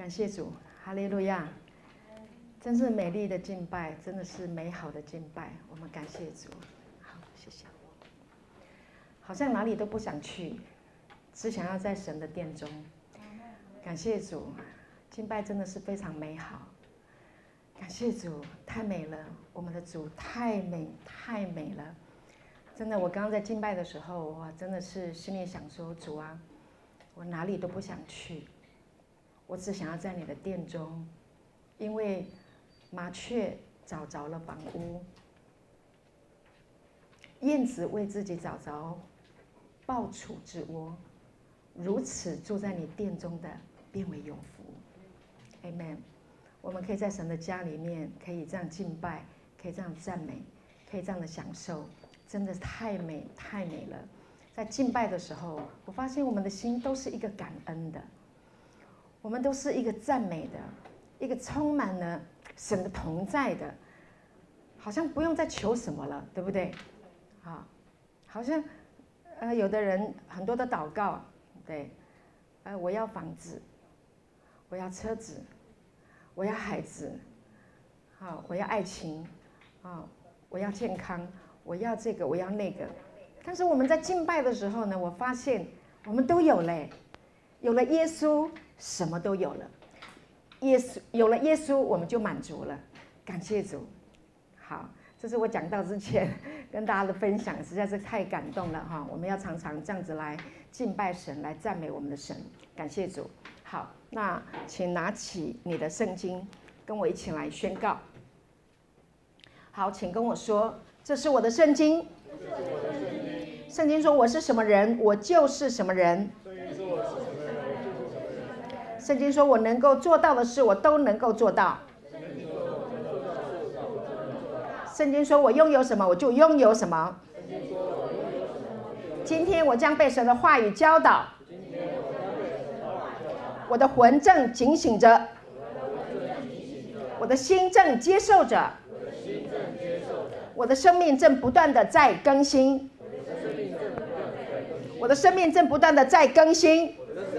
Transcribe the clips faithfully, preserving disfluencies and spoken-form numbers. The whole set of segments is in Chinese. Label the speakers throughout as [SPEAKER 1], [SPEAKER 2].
[SPEAKER 1] 感谢主，哈利路亚！真是美丽的敬拜，真的是美好的敬拜。我们感谢主，好，谢谢。好像哪里都不想去，只想要在神的殿中。感谢主，敬拜真的是非常美好。感谢主，太美了，我们的主太美太美了。真的，我刚刚在敬拜的时候，哇，真的是心里想说，主啊，我哪里都不想去，我只想要在你的殿中，因为麻雀找着了房屋，燕子为自己找着抱雏之窝，如此住在你殿中的，便为有福。Amen。我们可以在神的家里面，可以这样敬拜，可以这样赞美，可以这样的享受，真的太美太美了。在敬拜的时候，我发现我们的心都是一个感恩的，我们都是一个赞美的，一个充满了神的同在的，好像不用再求什么了，对不对？啊，好像呃，有的人很多的祷告，对，呃，我要房子，我要车子，我要孩子，好，我要爱情，啊，我要健康，我要这个，我要那个。但是我们在敬拜的时候呢，我发现我们都有嘞，有了耶稣，什么都有了。耶稣有了耶稣，我们就满足了。感谢主。好，这是我讲到之前跟大家的分享，实在是太感动了哈！我们要常常这样子来敬拜神，来赞美我们的神。感谢主。好，那请拿起你的圣经，跟我一起来宣告。好，请跟我说，这是我的圣经。圣经说我是什么人，我就是什么人。圣经说我能够做到的事，我都能够做到。圣经说我拥有什么，我就拥有什么。今天我将被神的话语教导，我的魂正警醒着，我的心正接受着，我的生命正不断的在更新，我的生命正不断的在更新，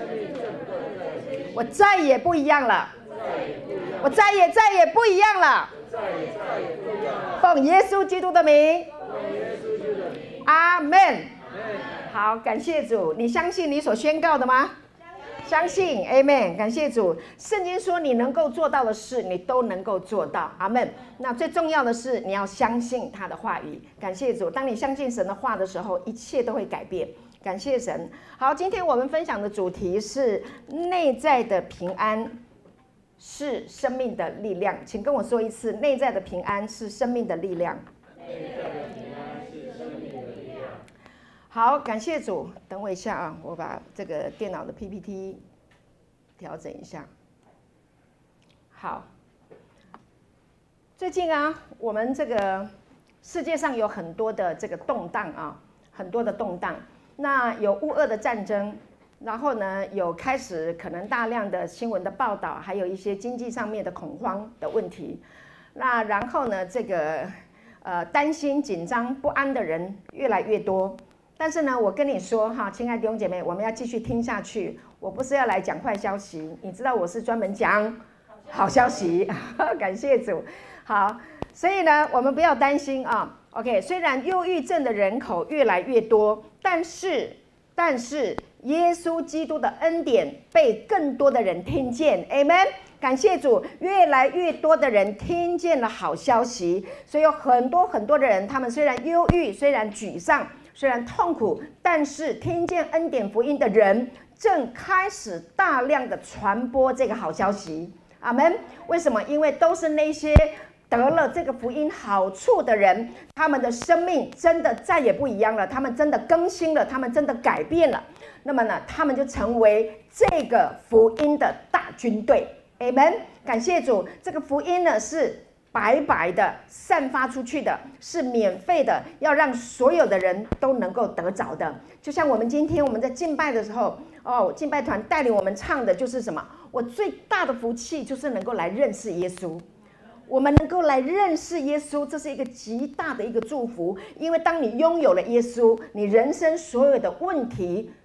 [SPEAKER 1] 我再也不一样了，我再也再也不一样了。奉耶稣基督的名，阿们。好，感谢主。你相信你所宣告的吗？相信 ，Amen。感谢主。圣经说你能够做到的事，你都能够做到，阿们。那最重要的是你要相信他的话语。感谢主。当你相信神的话的时候，一切都会改变。感谢神。好，今天我们分享的主题是内在的平安是生命的力量。请跟我说一次，内在的平安是生命的力量。内在的平安是生命的力量。好，感谢主。等我一下啊，我把这个电脑的 P P T 调整一下。好，最近啊，我们这个世界上有很多的这个动荡啊，很多的动荡。那有乌俄的战争，然后呢，有开始可能大量的新闻的报道，还有一些经济上面的恐慌的问题。那然后呢，这个呃担心、紧张、不安的人越来越多。但是呢，我跟你说哈，亲爱的弟兄姐妹，我们要继续听下去。我不是要来讲坏消息，你知道我是专门讲好消息。感谢主。好，所以呢，我们不要担心啊。OK， 虽然忧郁症的人口越来越多，但是但是耶稣基督的恩典被更多的人听见 ，Amen。感谢主，越来越多的人听见了好消息，所以有很多很多的人，他们虽然忧郁，虽然沮丧，虽然痛苦，但是听见恩典福音的人正开始大量的传播这个好消息。阿们。为什么？因为都是那些得了这个福音好处的人，他们的生命真的再也不一样了，他们真的更新了，他们真的改变了。那么呢，他们就成为这个福音的大军队。Amen。感谢主，这个福音呢是白白的散发出去的，是免费的，要让所有的人都能够得着的。就像我们今天我们在敬拜的时候，哦，敬拜团带领我们唱的就是什么？我最大的福气就是能够来认识耶稣。我们能够来认识耶稣，这是一个极大的一个祝福。因为当你拥有了耶稣，你人生所有的问题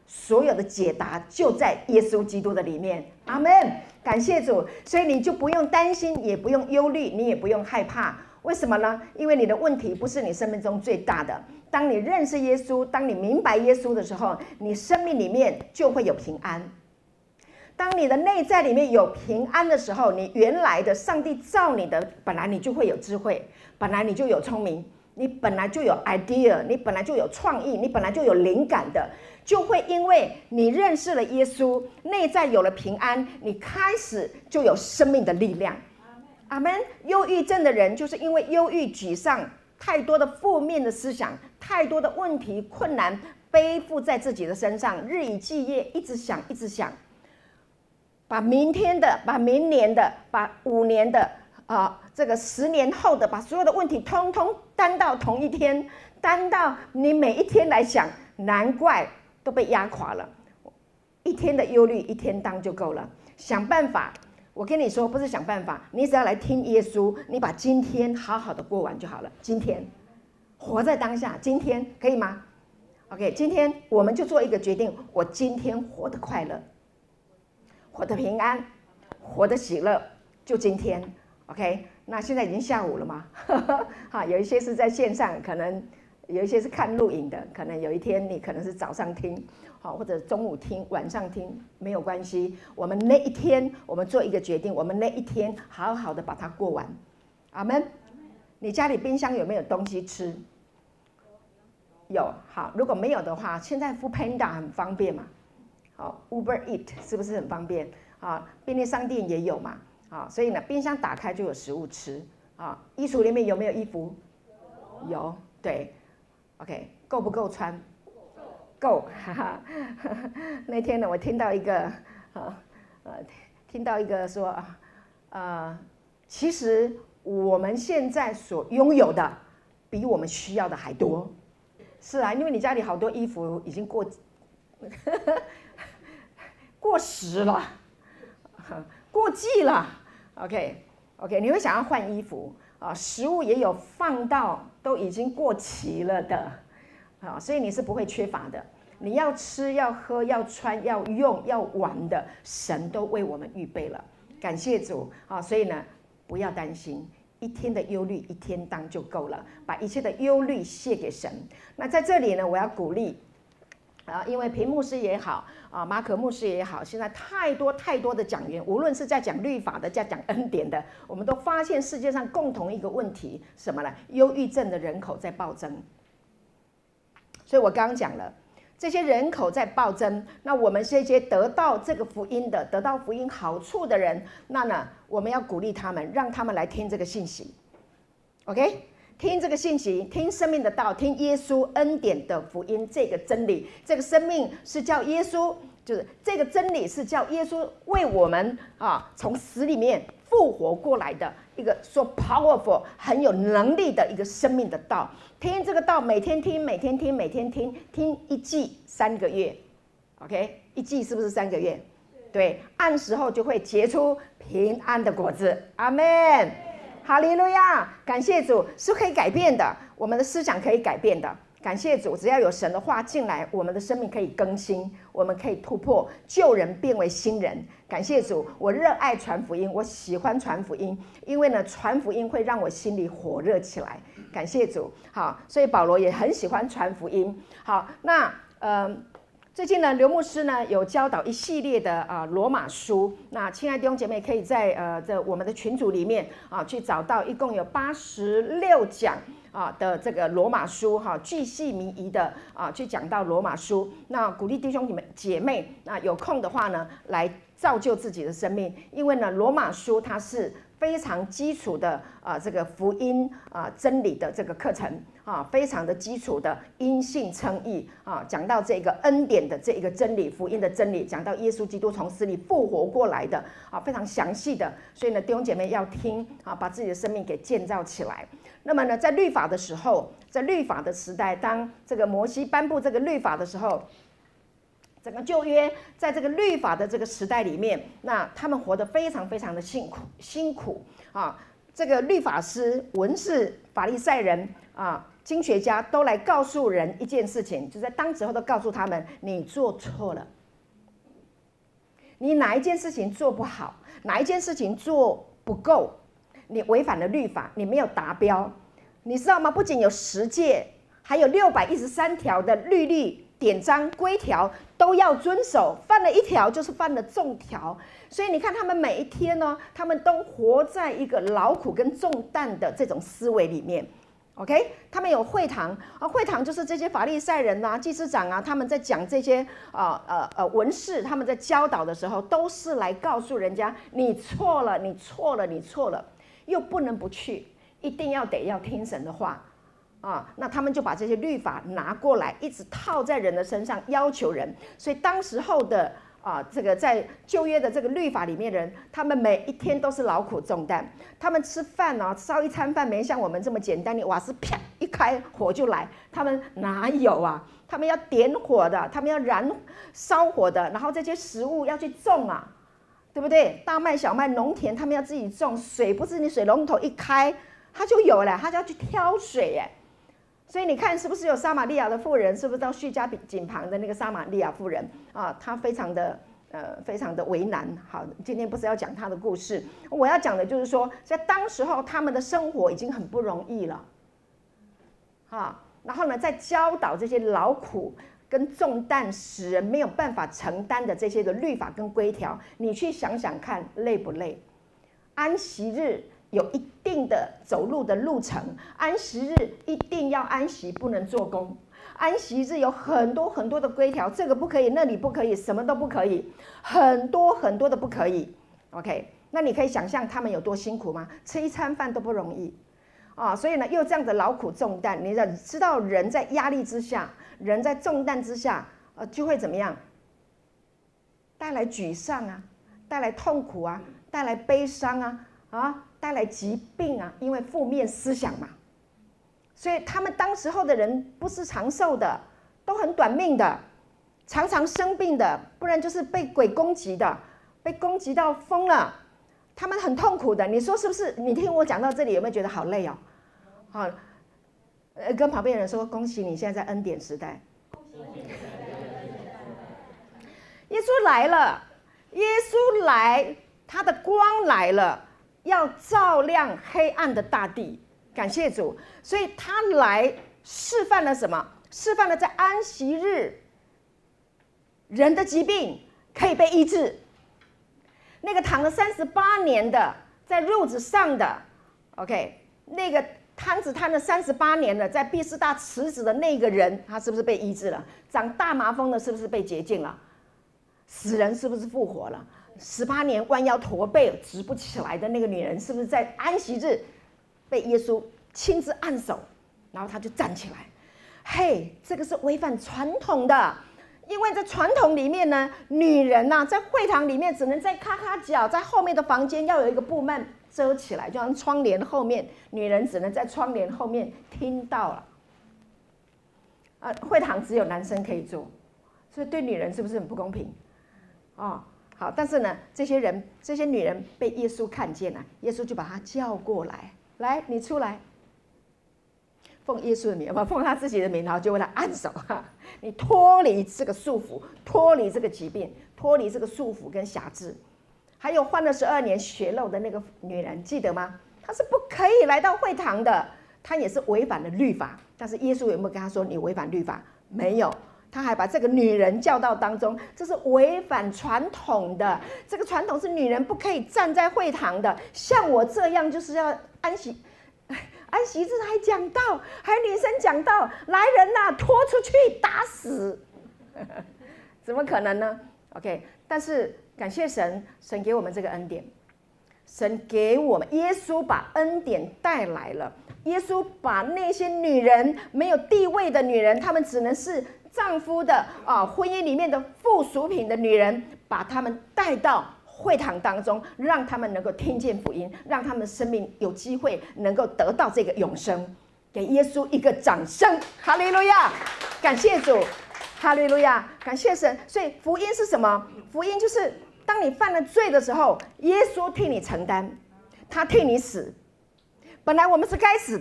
[SPEAKER 1] 所有的解答就在耶稣基督的里面。阿们，感谢主。所以你就不用担心，也不用忧虑，你也不用害怕。为什么呢？因为你的问题不是你生命中最大的。当你认识耶稣，当你明白耶稣的时候，你生命里面就会有平安。当你的内在里面有平安的时候，你原来的上帝造你的，本来你就会有智慧，本来你就有聪明，你本来就有 idea， 你本来就有创意，你本来就有灵感的，就会因为你认识了耶稣，内在有了平安，你开始就有生命的力量。阿们。忧郁症的人就是因为忧郁、沮丧，太多的负面的思想，太多的问题、困难背负在自己的身上，日以继夜，一直想，一直想，把明天的、把明年的、把五年的啊、呃，这个十年后的，把所有的问题通通担到同一天，担到你每一天来想，难怪都被压垮了。一天的忧虑，一天当就够了，想办法。我跟你说，不是想办法，你只要来听耶稣，你把今天好好的过完就好了。今天，活在当下，今天可以吗 ？OK， 今天我们就做一个决定，我今天活得快乐，活得平安，活得喜乐，就今天。OK， 那现在已经下午了嘛？哈，有一些是在线上，可能有一些是看录影的，可能有一天你可能是早上听。好，或者中午听，晚上听没有关系。我们那一天，我们做一个决定，我们那一天好好的把它过完。阿们。你家里冰箱有没有东西吃？有。好，如果没有的话，现在 Foodpanda 很方便嘛。好 ，Uber Eat 是不是很方便？啊，便利商店也有嘛。啊，所以呢，冰箱打开就有食物吃。啊，衣橱里面有没有衣服？有。对。OK， 够不够穿？够，哈哈。那天呢，我听到一个，啊，呃，听到一个说啊，呃，其实我们现在所拥有的，比我们需要的还多。是啊，因为你家里好多衣服已经过，过时了，过季了。OK，OK， okay, okay, 你会想要换衣服啊，食物也有放到都已经过期了的。啊，所以你是不会缺乏的。你要吃、要喝、要穿、要用、要玩的，神都为我们预备了。感谢主啊！所以呢，不要担心，一天的忧虑一天当就够了，把一切的忧虑卸给神。那在这里呢，我要鼓励啊，因为平牧师也好啊，马可牧师也好，现在太多太多的讲员，无论是在讲律法的，在讲恩典的，我们都发现世界上共同一个问题，什么呢？忧郁症的人口在暴增。所以我刚刚讲了，这些人口在暴增，那我们这些得到这个福音的、得到福音好处的人，那呢，我们要鼓励他们，让他们来听这个信息 ，OK？ 听这个信息，听生命的道，听耶稣恩典的福音，这个真理，这个生命是叫耶稣，就是这个真理是叫耶稣为我们啊从死里面复活过来的一个说 powerful 很有能力的一个生命的道。听这个道，每天听，每天听，每天听，听一季三个月 ，OK？ 一季是不是三个月？对，按时候就会结出平安的果子。阿们，哈利路亚！感谢主，是可以改变的，我们的思想可以改变的。感谢主，只要有神的话进来，我们的生命可以更新，我们可以突破，旧人变为新人。感谢主，我热爱传福音，我喜欢传福音，因为呢，传福音会让我心里火热起来。感谢主，好，所以保罗也很喜欢传福音。好，那呃，最近呢，刘牧师呢有教导一系列的啊、呃、罗马书。那亲爱的弟兄姐妹，可以在呃这我们的群组里面啊去找到，一共有八十六讲啊的这个罗马书哈，巨细靡遗的啊去讲到罗马书。那鼓励弟兄姐妹，那有空的话呢，来造就自己的生命，因为呢，罗马书它是非常基础的啊、呃，这个福音啊、呃、真理的这个课程啊，非常的基础的因信称义啊，讲到这个恩典的这一个真理，福音的真理，讲到耶稣基督从死里复活过来的啊，非常详细的。所以呢，弟兄姐妹要听啊，把自己的生命给建造起来。那么呢，在律法的时候，在律法的时代，当这个摩西颁布这个律法的时候，整个旧约在这个律法的这个时代里面，那他们活得非常非常的辛苦辛苦啊！这个律法师、文士、法利赛人啊， 经学家都来告诉人一件事情，就在当时候都告诉他们，你做错了，你哪一件事情做不好，哪一件事情做不够，你违反了律法，你没有达标，你知道吗？不仅有十诫，还有六百一十三条的律例、典章、规条都要遵守，犯了一条就是犯了众条。所以你看，他们每一天呢，他们都活在一个劳苦跟重担的这种思维里面。OK， 他们有会堂啊，会堂就是这些法利赛人啊、祭司长啊，他们在讲这些呃呃呃文士，他们在教导的时候，都是来告诉人家你错了，你错了，你错了，又不能不去，一定要得要听神的话啊。那他们就把这些律法拿过来，一直套在人的身上，要求人。所以当时候的啊，这个在旧约的这个律法里面的人，他们每一天都是劳苦重担。他们吃饭啊，烧一餐饭没像我们这么简单，你瓦斯啪一开火就来，他们哪有啊？他们要点火的，他们要燃烧火的，然后这些食物要去种啊，对不对？大麦、小麦、农田，他们要自己种，水不是你水龙头一开它就有了，他就要去挑水耶。所以你看，是不是有撒玛利亚的妇人？是不是到叙加井旁的那个撒玛利亚妇人啊？她非常的呃，非常的为难。好，今天不是要讲她的故事，我要讲的就是说，在当时候他们的生活已经很不容易了，啊，然后呢，在教导这些劳苦跟重担使人没有办法承担的这些的律法跟规条，你去想想看，累不累？安息日有一定的走路的路程，安息日一定要安息，不能做工。安息日有很多很多的规条，这个不可以，那里不可以，什么都不可以，很多很多的不可以。OK， 那你可以想象他们有多辛苦吗？吃一餐饭都不容易啊！所以呢，又这样的劳苦重担，你知道人在压力之下，人在重担之下，呃，就会怎么样？带来沮丧啊，带来痛苦啊，带来悲伤啊，啊！带来疾病啊，因为负面思想嘛，所以他们当时候的人不是长寿的，都很短命的，常常生病的，不然就是被鬼攻击的，被攻击到疯了，他们很痛苦的。你说是不是？你听我讲到这里，有没有觉得好累哦？好，呃，跟旁边的人说，恭喜你现在在恩典时代。耶稣来了，耶稣来，他的光来了。要照亮黑暗的大地，感谢主。所以他来示范了什么？示范了在安息日，人的疾病可以被医治。那个躺了三十八年的，在褥子上的 ，OK， 那个瘫子瘫了三十八年了，在毕士大池子的那个人，他是不是被医治了？长大麻风的，是不是被洁净了？死人是不是复活了？十八年弯腰驼背直不起来的那个女人，是不是在安息日被耶稣亲自按手，然后她就站起来？嘿，这个是违反传统的，因为在传统里面呢，女人呐、啊、在会堂里面只能在咔咔角，在后面的房间要有一个布幔遮起来，就像窗帘后面，女人只能在窗帘后面听到了。啊，会堂只有男生可以做，所以对女人是不是很不公平？哦。好，但是呢，这些人、这些女人被耶稣看见了，耶稣就把她叫过来，来，你出来，奉耶稣的名，奉他自己的名，然后就为他按手哈，你脱离这个束缚，脱离这个疾病，脱离这个束缚跟辖制。还有患了十二年血漏的那个女人，记得吗？她是不可以来到会堂的，她也是违反了律法。但是耶稣有没有跟她说你违反律法？没有。他还把这个女人叫到当中，这是违反传统的。这个传统是女人不可以站在会堂的。像我这样就是要安息，安息日还讲道，还女生讲道，来人呐、啊，拖出去打死，怎么可能呢 ？OK， 但是感谢神，神给我们这个恩典，神给我们，耶稣把恩典带来了。耶稣把那些女人没有地位的女人，她们只能是丈夫的啊婚姻里面的附属品的女人，把她们带到会堂当中，让她们能够听见福音，让她们的生命有机会能够得到这个永生。给耶稣一个掌声，哈利路亚！感谢主，哈利路亚！感谢神。所以福音是什么？福音就是当你犯了罪的时候，耶稣替你承担，他替你死。本来我们是该死的，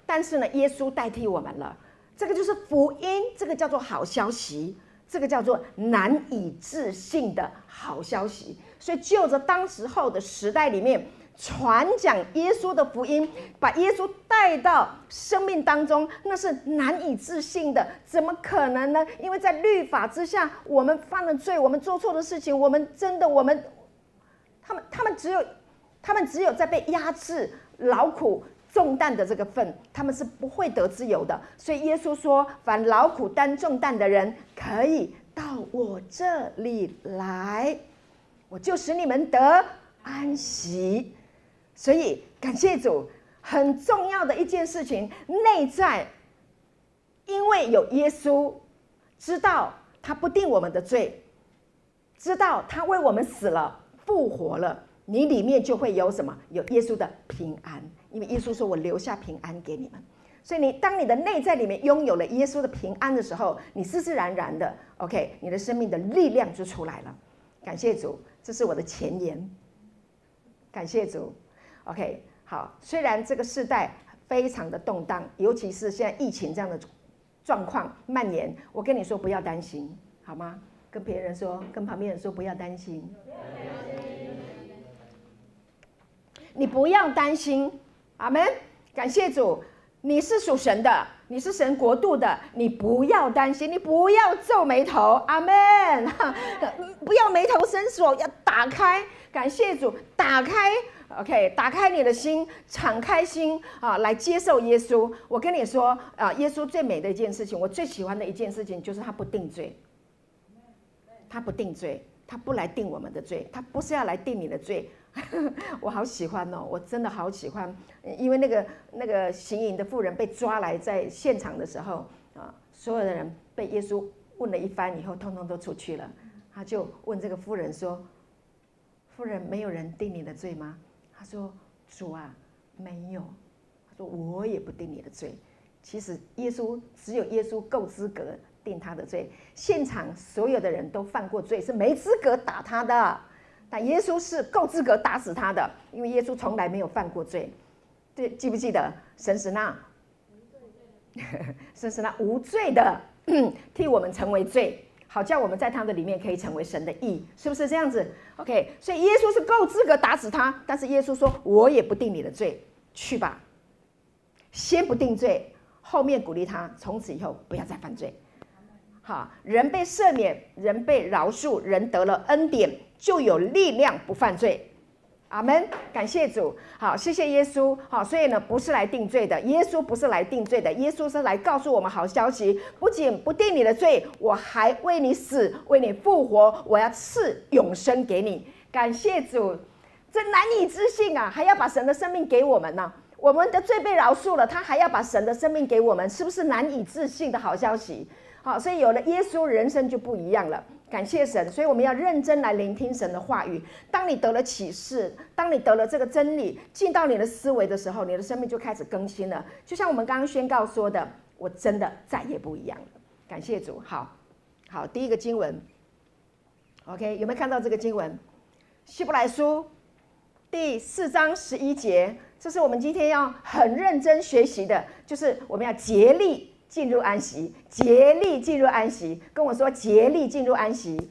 [SPEAKER 1] 但是呢，耶稣代替我们了。这个就是福音，这个叫做好消息，这个叫做难以置信的好消息。所以就着当时候的时代里面，传讲耶稣的福音，把耶稣带到生命当中，那是难以置信的。怎么可能呢？因为在律法之下，我们犯了罪，我们做错的事情，我们真的，我们他们他们只有他们只有在被压制、劳苦重担的这个份，他们是不会得自由的。所以耶稣说：“凡劳苦担重担的人，可以到我这里来，我就使你们得安息。”所以感谢主，很重要的一件事情，内在因为有耶稣，知道他不定我们的罪，知道他为我们死了复活了，你里面就会有什么？有耶稣的平安。因为耶稣说：“我留下平安给你们。”所以你当你的内在里面拥有了耶稣的平安的时候，你自自然然的 OK， 你的生命的力量就出来了。感谢主，这是我的前言。感谢主。OK， 好，虽然这个世代非常的动荡，尤其是现在疫情这样的状况蔓延，我跟你说不要担心，好吗？跟别人说，跟旁边人说不要担心，你不要担心，阿们。感谢主，你是属神的，你是神国度的，你不要担心，你不要皱眉头，阿们。不要眉头深锁，要打开。感谢主，打开。OK， 打开你的心，敞开心啊，来接受耶稣。我跟你说啊，耶稣最美的一件事情，我最喜欢的一件事情，就是他不定罪。他不定罪，他不来定我们的罪，他不是要来定你的罪。我好喜欢哦，我真的好喜欢，因为那个那个行淫的妇人被抓来在现场的时候啊，所有的人被耶稣问了一番以后，通通都出去了。他就问这个妇人说：“妇人，没有人定你的罪吗？”他说：“主啊，没有。”他说：“我也不定你的罪。”其实耶稣只有耶稣够资格定他的罪，现场所有的人都犯过罪，是没资格打他的。但耶稣是够资格打死他的，因为耶稣从来没有犯过罪。对，记不记得神是那神是那无罪的，替我们成为罪，好叫我们在他的里面可以成为神的义，是不是这样子 ？OK， 所以耶稣是够资格打死他，但是耶稣说：“我也不定你的罪，去吧。”先不定罪，后面鼓励他，从此以后不要再犯罪。好，人被赦免，人被饶恕，人得了恩典，就有力量不犯罪。阿们，感谢主。好，谢谢耶稣。好，所以呢，不是来定罪的，耶稣不是来定罪的，耶稣是来告诉我们好消息。不仅不定你的罪，我还为你死，为你复活，我要赐永生给你。感谢主，这难以置信啊！还要把神的生命给我们呢、啊。我们的罪被饶恕了，他还要把神的生命给我们，是不是难以置信的好消息？好，所以有了耶稣，人生就不一样了。感谢神，所以我们要认真来聆听神的话语。当你得了启示，当你得了这个真理进到你的思维的时候，你的生命就开始更新了。就像我们刚刚宣告说的，我真的再也不一样了。感谢主。好，好，第一个经文 ，OK， 有没有看到这个经文？希伯来书第四章十一节，这是我们今天要很认真学习的，就是我们要竭力进入安息，竭力进入安息。跟我说，竭力进入安息。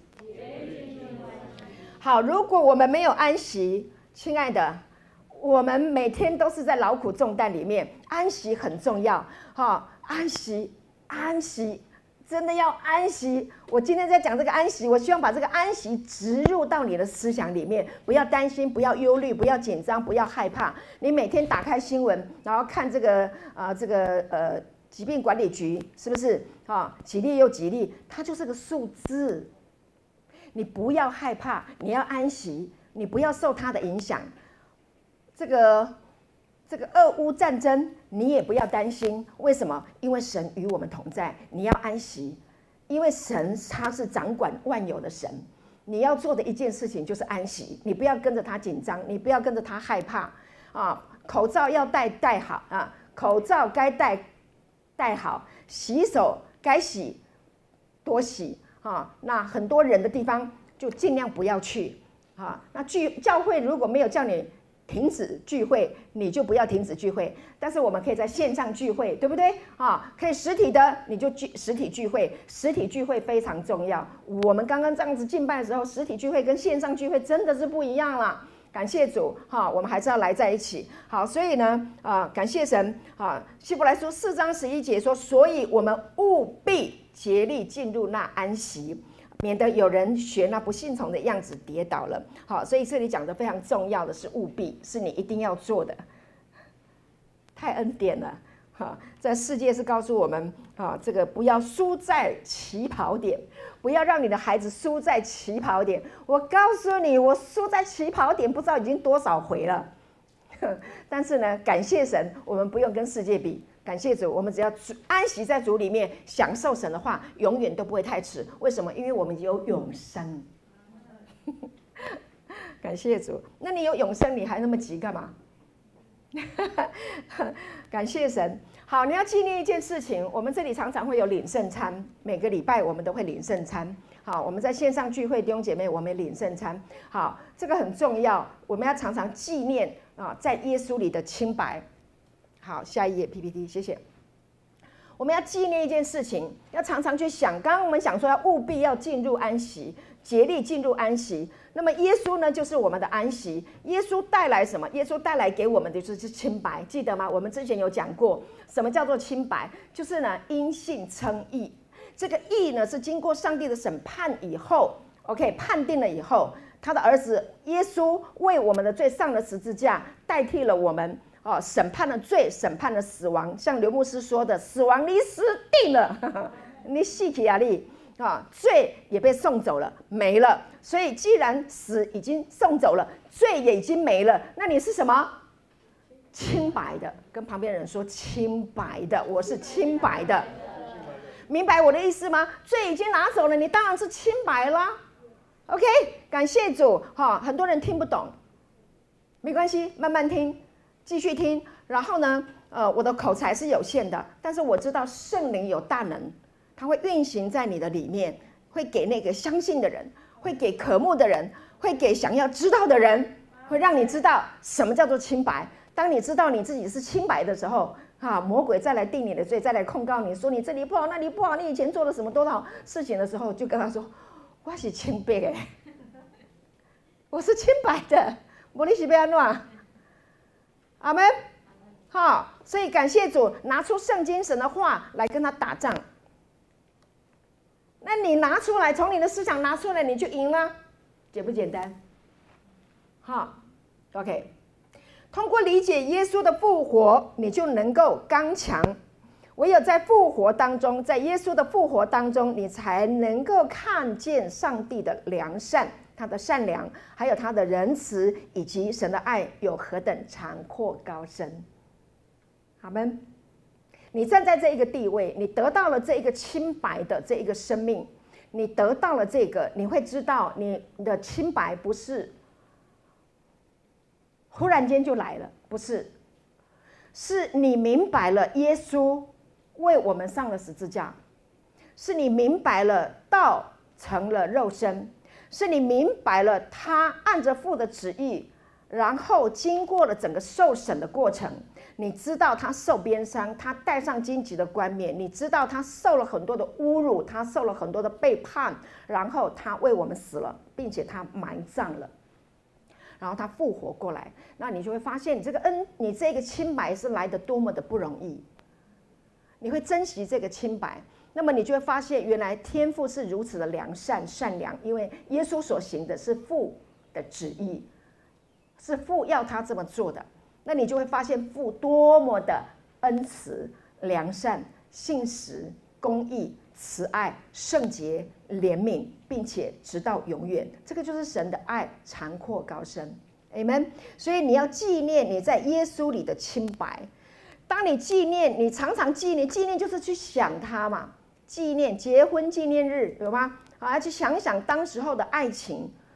[SPEAKER 1] 好，如果我们没有安息，亲爱的，我们每天都是在劳苦重担里面。安息很重要，哈，安息，安息，真的要安息。我今天在讲这个安息，我希望把这个安息植入到你的思想里面，不要担心，不要忧虑，不要紧张，不要害怕。你每天打开新闻，然后看这个啊、呃，这个呃。疾病管理局是不是啊？吉利又吉利，它就是个数字。你不要害怕，你要安息，你不要受它的影响。这个这个俄乌战争，你也不要担心。为什么？因为神与我们同在，你要安息，因为神他是掌管万有的神。你要做的一件事情就是安息，你不要跟着他紧张，你不要跟着他害怕啊！口罩要戴戴好啊，口罩该戴。戴好，洗手该洗多洗啊。那很多人的地方就尽量不要去啊。那聚教会如果没有叫你停止聚会，你就不要停止聚会。但是我们可以在线上聚会，对不对啊？可以实体的，你就聚实体聚会。实体聚会非常重要。我们刚刚这样子敬拜的时候，实体聚会跟线上聚会真的是不一样啦。感谢主，哈，我们还是要来在一起。好，所以呢，啊，感谢神，啊，希伯来书四章十一节说，所以我们务必竭力进入那安息。免得有人学那不信从的样子跌倒了。好，所以这里讲的非常重要的是务必，是你一定要做的。太恩典了，哈，在世界是告诉我们，啊，这个不要输在起跑点，不要让你的孩子输在起跑点。我告诉你，我输在起跑点不知道已经多少回了。但是呢，感谢神，我们不用跟世界比。感谢主，我们只要安息在主里面，享受神的话，永远都不会太迟。为什么？因为我们有永生。感谢主，那你有永生，你还那么急干嘛？感谢神。好，你要纪念一件事情，我们这里常常会有领圣餐，每个礼拜我们都会领圣餐。好，我们在线上聚会，弟兄姐妹，我们领圣餐。好，这个很重要，我们要常常纪念啊，在耶稣里的清白。好，下一页 P P T， 谢谢。我们要纪念一件事情，要常常去想。刚刚我们想说，要务必要进入安息，竭力进入安息。那么耶稣呢，就是我们的安息。耶稣带来什么？耶稣带来给我们的就是清白，记得吗？我们之前有讲过，什么叫做清白？就是呢，因信称义。这个义呢，是经过上帝的审判以后 ，OK， 判定了以后，他的儿子耶稣为我们的罪上了十字架，代替了我们。哦，审判了罪，审判了死亡，像刘牧师说的，死亡你死定了，呵呵你死去啊你啊，罪也被送走了，没了。所以既然死已经送走了，罪也已经没了，那你是什么？清白的。跟旁边人说，清白的，我是清白的。明白我的意思吗？罪已经拿走了，你当然是清白啦。OK， 感谢主。哈、哦，很多人听不懂，没关系，慢慢听。继续听，然后呢，呃，我的口才是有限的，但是我知道圣灵有大能，它会运行在你的里面，会给那个相信的人，会给渴慕的人，会给想要知道的人，会让你知道什么叫做清白。当你知道你自己是清白的时候，啊，魔鬼再来定你的罪，再来控告你说你这里不好，那里不好，你以前做了什么多少事情的时候，就跟他说，我是清白的，我是清白的，我你是要怎样？阿们，好，所以感谢主，拿出圣经神的话来跟他打仗。那你拿出来，从你的思想拿出来，你就赢了，简不简单？好 ，OK。通过理解耶稣的复活，你就能够刚强。唯有在复活当中，在耶稣的复活当中，你才能够看见上帝的良善。他的善良，还有他的仁慈，以及神的爱有何等长阔高深。阿们。你站在这一个地位，你得到了这一个清白的这一个生命，你得到了这个，你会知道你的清白不是忽然间就来了，不是，是你明白了耶稣为我们上了十字架，是你明白了道成了肉身。是你明白了他按着父的旨意，然后经过了整个受审的过程，你知道他受鞭伤，他戴上荆棘的冠冕，你知道他受了很多的侮辱，他受了很多的背叛，然后他为我们死了，并且他埋葬了，然后他复活过来，那你就会发现你这个恩，你这个清白是来得多么的不容易，你会珍惜这个清白。那么你就会发现，原来天父是如此的良善善良，因为耶稣所行的是父的旨意，是父要他这么做的。那你就会发现父多么的恩慈、良善、信实、公义、慈爱、圣洁、怜悯，并且直到永远。这个就是神的爱，长阔高深。Amen。所以你要纪念你在耶稣里的清白。当你纪念，你常常纪念，纪念就是去想他嘛。纪念结婚纪念日有吗？啊，去想想当时候的爱情，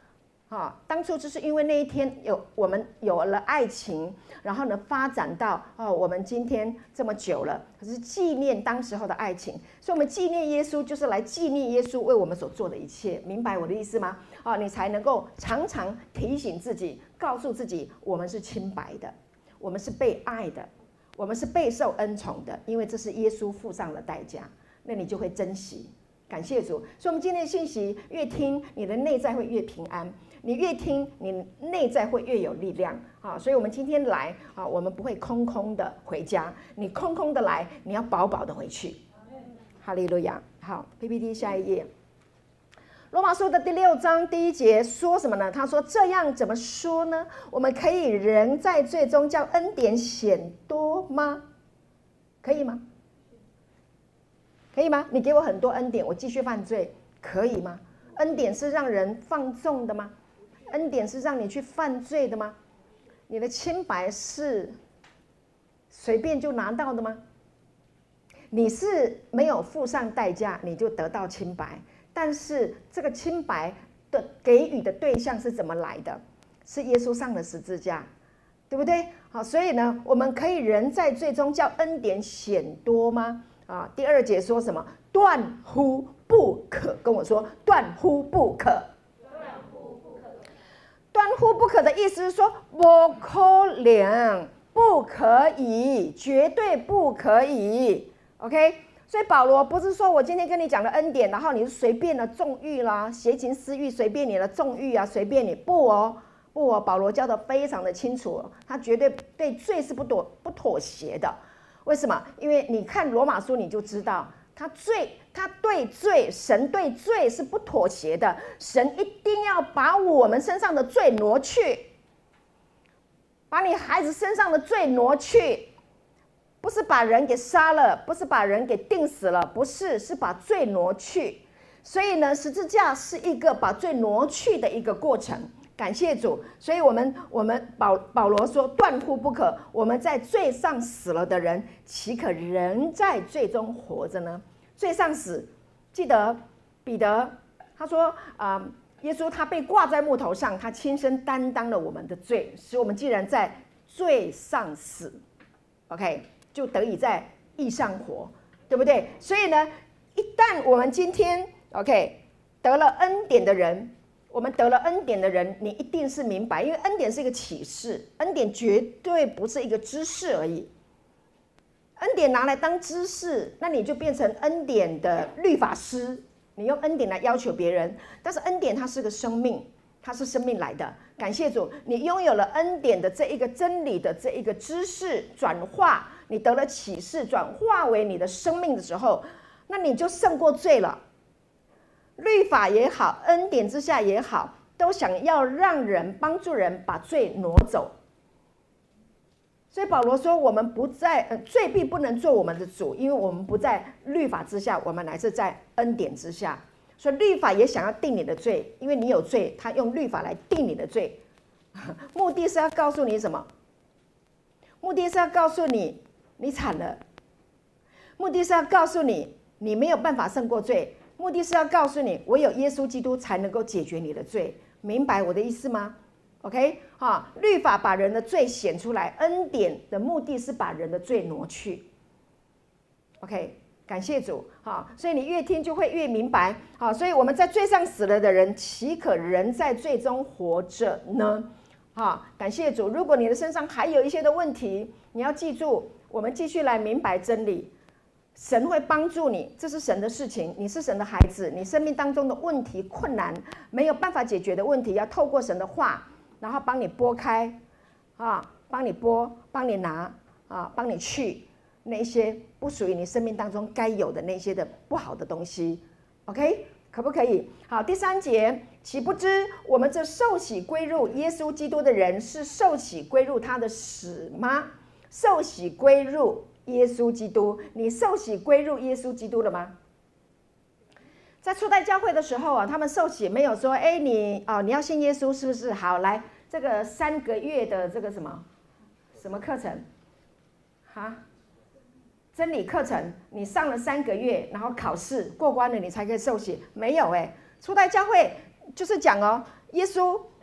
[SPEAKER 1] 啊，当初就是因为那一天有我们有了爱情，然后呢发展到哦，我们今天这么久了，可是纪念当时候的爱情，所以我们纪念耶稣，就是来纪念耶稣为我们所做的一切，明白我的意思吗？啊，你才能够常常提醒自己，告诉自己，我们是清白的，我们是被爱的，我们是备受恩宠的，因为这是耶稣付上了代价，那你就会珍惜。感谢主，所以我们今天的信息越听，你的内在会越平安；你越听，你内在会越有力量。啊，所以我们今天来啊，我们不会空空的回家，你空空的来，你要饱饱的回去。哈利路亚。好 ，P P T 下一页。罗马书的第六章第一节说什么呢？他说：“这样怎么说呢？我们可以仍在罪中叫恩典显多吗？可以吗？”可以吗？你给我很多恩典，我继续犯罪，可以吗？恩典是让人放纵的吗？恩典是让你去犯罪的吗？你的清白是随便就拿到的吗？你是没有付上代价，你就得到清白，但是这个清白的给予的对象是怎么来的？是耶稣上了十字架，对不对？好，所以呢，我们可以仍在罪中叫恩典显多吗？啊，第二节说什么？断乎不可。跟我说，断乎不可。断乎不可。断乎不可的意思是说，不可能，不可以，绝对不可以。OK， 所以保罗不是说我今天跟你讲的恩典，然后你是随便的纵欲啦、邪情私欲，随便你的纵欲啊，随便你。不哦，不哦，保罗教的非常的清楚，他绝对对罪是不妥不妥协的。为什么？因为你看罗马书你就知道，他罪，他对罪，神对罪是不妥协的。神一定要把我们身上的罪挪去，把你孩子身上的罪挪去，不是把人给杀了，不是把人给钉死了，不是，是把罪挪去。所以呢，十字架是一个把罪挪去的一个过程。感谢主，所以我们我们保保罗说断乎不可。我们在罪上死了的人，岂可仍在罪中活着呢？罪上死，记得彼得他说啊、呃，耶稣他被挂在木头上，他亲身担当了我们的罪，使我们既然在罪上死 ，OK， 就得以在义上活，对不对？所以呢，一旦我们今天 OK 得了恩典的人。我们得了恩典的人，你一定是明白，因为恩典是一个启示，恩典绝对不是一个知识而已。恩典拿来当知识，那你就变成恩典的律法师，你用恩典来要求别人。但是恩典它是个生命，它是生命来的。感谢主，你拥有了恩典的这一个真理的这一个知识转化，你得了启示，转化为你的生命的时候，那你就胜过罪了。律法也好，恩典之下也好，都想要让人帮助人把罪挪走。所以保罗说，我们不在、呃、罪必不能做我们的主，因为我们不在律法之下，我们乃是在恩典之下。所以律法也想要定你的罪，因为你有罪，他用律法来定你的罪，目的是要告诉你什么？目的是要告诉你你惨了，目的是要告诉你你没有办法胜过罪。目的是要告诉你，唯有耶稣基督才能够解决你的罪，明白我的意思吗 ？OK， 哈，律法把人的罪显出来，恩典的目的是把人的罪挪去。OK， 感谢主，哈，所以你越听就会越明白，好，所以我们在罪上死了的人，岂可仍在罪中活着呢？哈，感谢主。如果你的身上还有一些的问题，你要记住，我们继续来明白真理。神会帮助你，这是神的事情。你是神的孩子，你生命当中的问题、困难没有办法解决的问题，要透过神的话，然后帮你拨开，啊，帮你拨，帮你拿，啊，帮你去那些不属于你生命当中该有的那些的不好的东西。OK， 可不可以？好，第三节，岂不知我们这受洗归入耶稣基督的人，是受洗归入他的死吗？受洗归入耶稣基督，你受洗归入耶稣基督了吗？在初代教会的时候啊，他们受洗没有说，哎，你哦，你要信耶稣是不是？好，来这个三个月的这个什么什么课程，哈，真理课程，你上了三个月，然后考试过关了，你才可以受洗。没有哎，初代教会就是讲哦，耶稣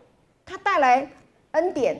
[SPEAKER 1] 他带来恩典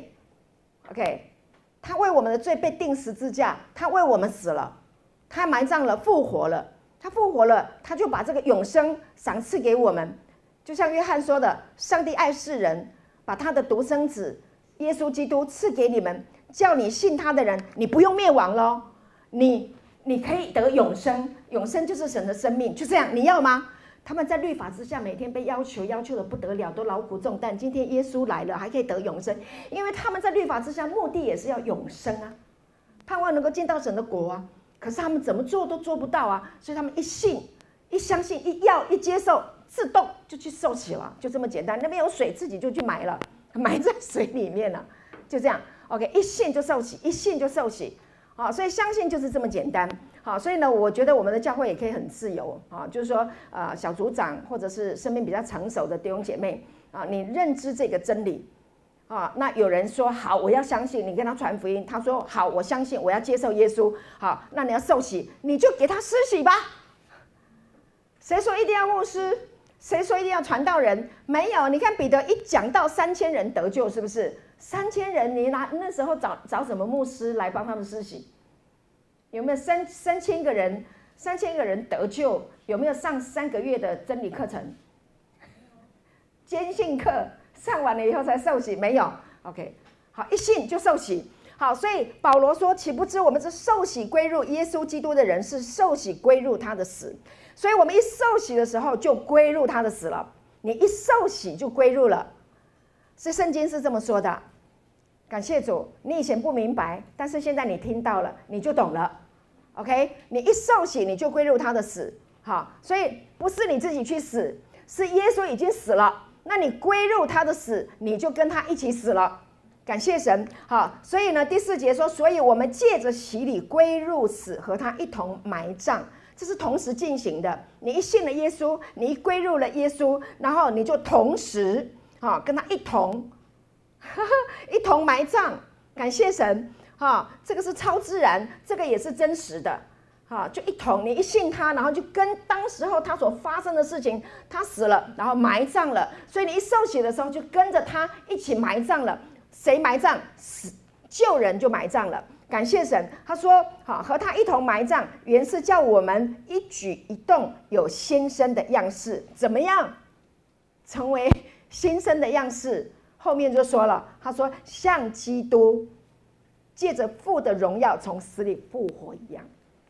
[SPEAKER 1] ，OK， 他为我们的罪被钉十字架，他为我们死了，他埋葬了，复活了，他复活了，他就把这个永生赏赐给我们。就像约翰说的，上帝爱世人，把他的独生子耶稣基督赐给你们，叫你信他的人，你不用灭亡咯，你你可以得永生，永生就是神的生命，就这样，你要吗？他们在律法之下，每天被要求要求的不得了，都劳苦重担。今天耶稣来了，还可以得永生，因为他们在律法之下，目的也是要永生啊，盼望能够进到神的国啊。可是他们怎么做都做不到啊，所以他们一信、一相信、一要、一接受，自动就去受洗了，就这么简单。那边有水，自己就去埋了，埋在水里面了，就这样。OK， 一信就受洗，一信就受洗。好，所以相信就是这么简单。好，所以呢，我觉得我们的教会也可以很自由啊，就是说，呃，小组长或者是身边比较成熟的弟兄姐妹啊，你认知这个真理啊。那有人说好，我要相信，你跟他传福音，他说好，我相信，我要接受耶稣。好，那你要受洗，你就给他施洗吧。谁说一定要牧师？谁说一定要传道人？没有，你看彼得一讲到三千人得救，是不是？三千人，你拿那时候找找什么牧师来帮他们施洗？有没有三三千个人？三千个人得救，有没有上三个月的真理课程？坚信课上完了以后才受洗？没有。OK， 好，一信就受洗。好，所以保罗说：“岂不知我们这受洗归入耶稣基督的人，是受洗归入他的死。所以我们一受洗的时候，就归入他的死了。你一受洗就归入了。所以圣经是这么说的。感谢主，你以前不明白，但是现在你听到了，你就懂了。OK， 你一受洗，你就归入他的死。好，所以不是你自己去死，是耶稣已经死了，那你归入他的死，你就跟他一起死了。感谢神。好，所以呢，第四节说，所以我们借着洗礼归入死，和他一同埋葬。这是同时进行的。你一信了耶稣，你一归入了耶稣，然后你就同时啊跟他一同一同埋葬。感谢神。哈，这个是超自然，这个也是真实的。哈，就一同，你一信他，然后就跟当时候他所发生的事情，他死了，然后埋葬了，所以你一受洗的时候，就跟着他一起埋葬了。谁埋葬？死救人就埋葬了。感谢神。他说：“好，和他一同埋葬，原是叫我们一举一动有新生的样式。怎么样成为新生的样式？后面就说了，他说像基督借着父的荣耀从死里复活一样。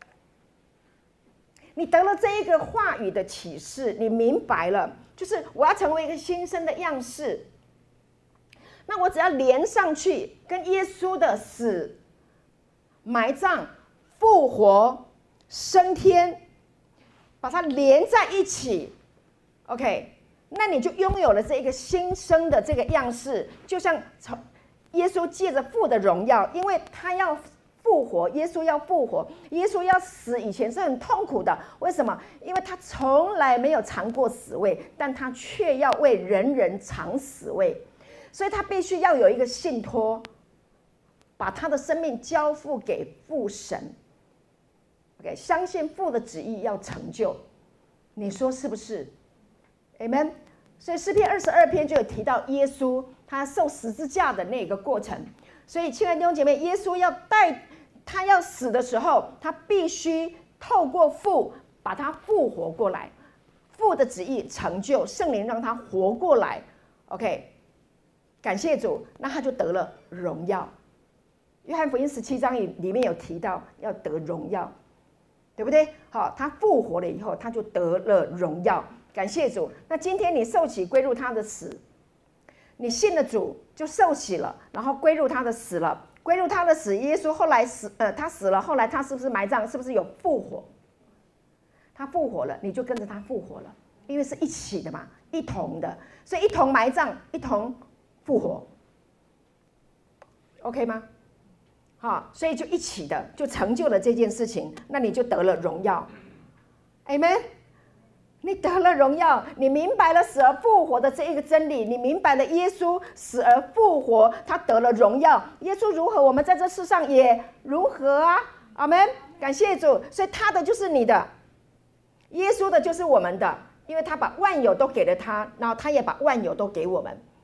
[SPEAKER 1] 你得了这一个话语的启示，你明白了，就是我要成为一个新生的样式。那我只要连上去，跟耶稣的死、埋葬、复活、升天，把它连在一起 ，OK， 那你就拥有了这一个新生的这个样式，就像从耶稣借着父的荣耀，因为他要复活，耶稣要复活，耶稣要死以前是很痛苦的。为什么？因为他从来没有尝过死味，但他却要为人人尝死味，所以他必须要有一个信托，把他的生命交付给父神。OK， 相信父的旨意要成就，你说是不是 ？Amen。所以诗篇二十二篇就有提到耶稣他受十字架的那个过程。所以，亲爱的弟兄姐妹，耶稣要带他要死的时候，他必须透过父把他复活过来，父的旨意成就，圣灵让他活过来。OK， 感谢主，那他就得了荣耀。约翰福音十七章里面有提到要得荣耀，对不对？好，他复活了以后，他就得了荣耀。感谢主。那今天你受洗归入他的死，你信了主就受洗了，然后归入他的死了，归入他的死。耶稣后来死，呃，他死了，后来他是不是埋葬？是不是有复活？他复活了，你就跟着他复活了，因为是一起的嘛，一同的，所以一同埋葬，一同复活 ，OK 吗？好，所以就一起的，就成就了这件事情，那你就得了荣耀 ，Amen。你得了荣耀，你明白了死而复活的这一个真理，你明白了耶稣死而复活，他得了荣耀。耶稣如何，我们在这世上也如何啊！阿们，感谢主。所以他的就是你的，耶稣的就是我们的，因为他把万有都给了他，然后他也把万有都给我们。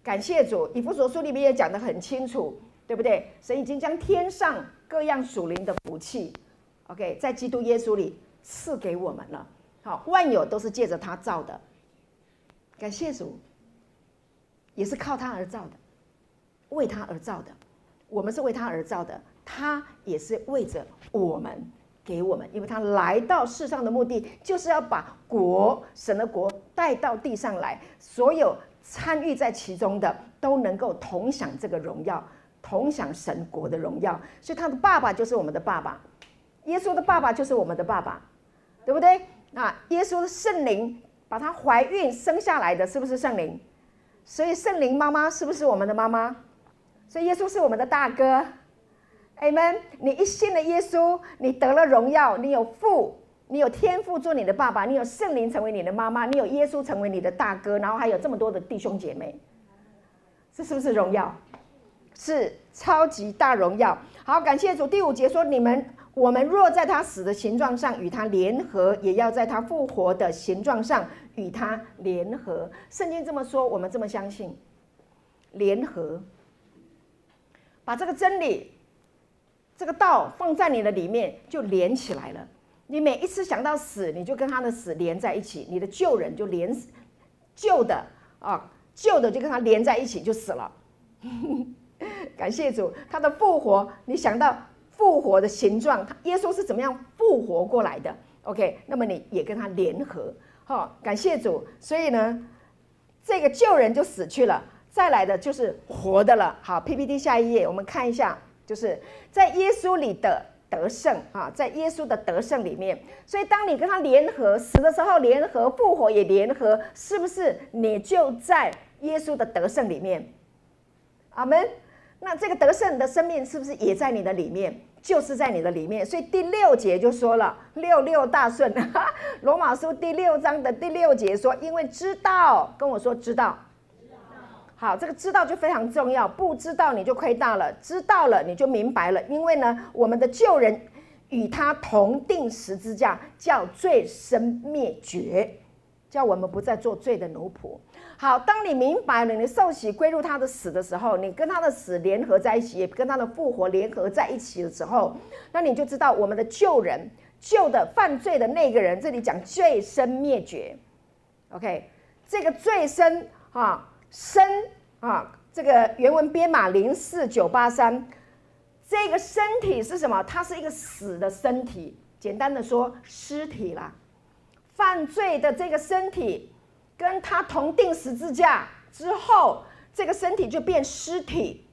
[SPEAKER 1] 感谢主，以弗所书里面也讲得很清楚，对不对？神已经将天上各样属灵的福气 ，OK， 在基督耶稣里赐给我们了。好，万有都是借着他造的，感谢主，也是靠他而造的，为他而造的。我们是为他而造的，他也是为着我们给我们，因为他来到世上的目的，就是要把国神的国带到地上来，所有参与在其中的都能够同享这个荣耀，同享神国的荣耀。所以他的爸爸就是我们的爸爸，耶稣的爸爸就是我们的爸爸，对不对？啊，耶稣的圣灵把他怀孕生下来的，是不是圣灵？所以圣灵妈妈是不是我们的妈妈？所以耶稣是我们的大哥。Amen。你一信了耶稣，你得了荣耀，你有父，你有天父做你的爸爸，你有圣灵成为你的妈妈，你有耶稣成为你的大哥，然后还有这么多的弟兄姐妹，这是不是荣耀？是超级大荣耀。好，感谢主。第五节说，你们我们若在他死的形状上与他联合，也要在他复活的形状上与他联合。圣经这么说，我们这么相信。联合，把这个真理这个道放在你的里面，就连起来了。你每一次想到死，你就跟他的死连在一起，你的旧人就连旧的啊，旧的就跟他连在一起，就死了。感谢主，他的复活，你想到复活的形状，耶稣是怎么样复活过来的 ？OK， 那么你也跟他联合，好、哦，感谢主。所以呢，这个旧人就死去了，再来的就是活的了。好 ，P P T 下一页，我们看一下，就是在耶稣里的得胜啊，在耶稣的得胜里面。所以当你跟他联合，死的时候联合，复活也联合，是不是你就在耶稣的得胜里面？阿们。那这个得胜的生命是不是也在你的里面？就是在你的里面。所以第六节就说了，六六大顺。罗马书第六章的第六节说，因为知道，跟我说知道。好，这个知道就非常重要，不知道你就亏大了，知道了你就明白了。因为呢，我们的旧人与他同定十字架，叫罪身灭绝，叫我们不再做罪的奴仆。好，当你明白了，你受洗归入他的死的时候，你跟他的死联合在一起，也跟他的复活联合在一起的时候，那你就知道我们的旧人，旧的犯罪的那个人，这里讲罪身灭绝 ，OK， 这个罪身啊，身啊，这个原文编码零四九八三，这个身体是什么？它是一个死的身体，简单的说，尸体啦。犯罪的这个身体跟他同定十字架之后，这个身体就变尸体。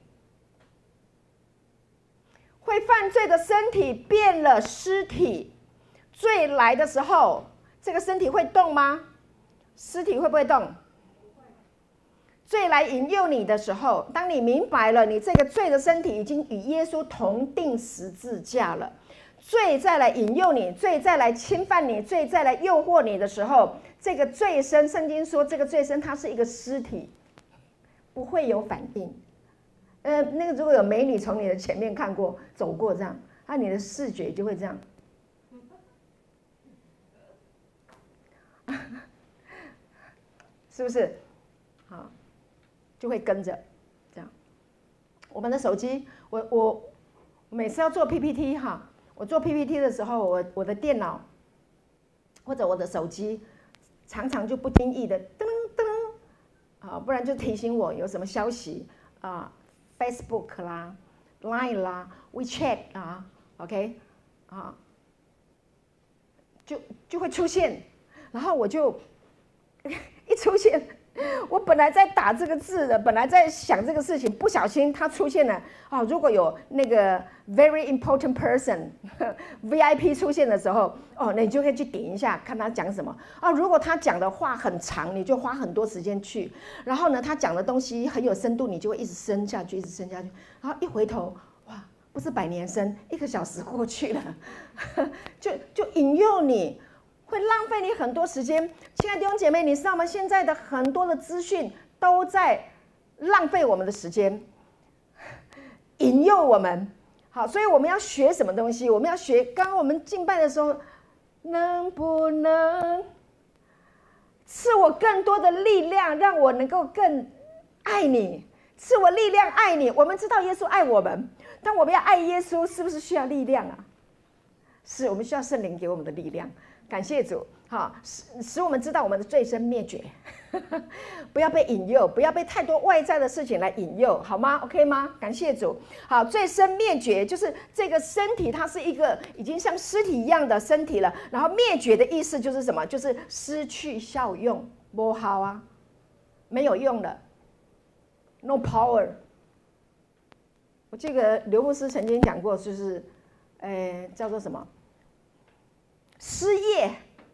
[SPEAKER 1] 会犯罪的身体变了尸体，罪来的时候，这个身体会动吗？尸体会不会动？罪来引诱你的时候，当你明白了你这个罪的身体已经与耶稣同定十字架了，罪再来引诱你，罪再来侵犯你，罪再来诱惑你的时候，这个罪身，圣经说这个罪身它是一个尸体，不会有反应。呃，那个如果有美女从你的前面看过走过这样，那、啊、你的视觉就会这样，是不是？好，就会跟着这样。我们的手机，我我每次要做 P P T 哈。我做 P P T 的时候，我我的电脑或者我的手机常常就不经意的噔噔啊，不然就提醒我有什么消息啊 ，Facebook 啦、Line 啦、WeChat 啊 ，OK 啊，就就会出现，然后我就一出现。我本来在打这个字的，本来在想这个事情，不小心它出现了啊！如果有那个 very important person V I P 出现的时候，哦，那你就可以去点一下，看他讲什么啊。如果他讲的话很长，你就花很多时间去。然后呢，他讲的东西很有深度，你就会一直深下去，一直深下去。然后一回头，哇，不是百年生，一个小时过去了，就就引诱你。会浪费你很多时间，亲爱的弟兄姐妹，你知道吗？现在的很多的资讯都在浪费我们的时间，引诱我们。好，所以我们要学什么东西？我们要学，刚刚我们敬拜的时候，能不能赐我更多的力量，让我能够更爱你，赐我力量爱你。我们知道耶稣爱我们，但我们要爱耶稣，是不是需要力量啊？是，我们需要圣灵给我们的力量。感谢主，好，使使我们知道我们的罪身灭绝，不要被引诱，不要被太多外在的事情来引诱，好吗 ？OK 吗？感谢主。好，罪身灭绝就是这个身体，它是一个已经像尸体一样的身体了。然后灭绝的意思就是什么？就是失去效用，不好啊，没有用了 ，no power。我记得刘牧师曾经讲过，就是，呃，叫做什么？失业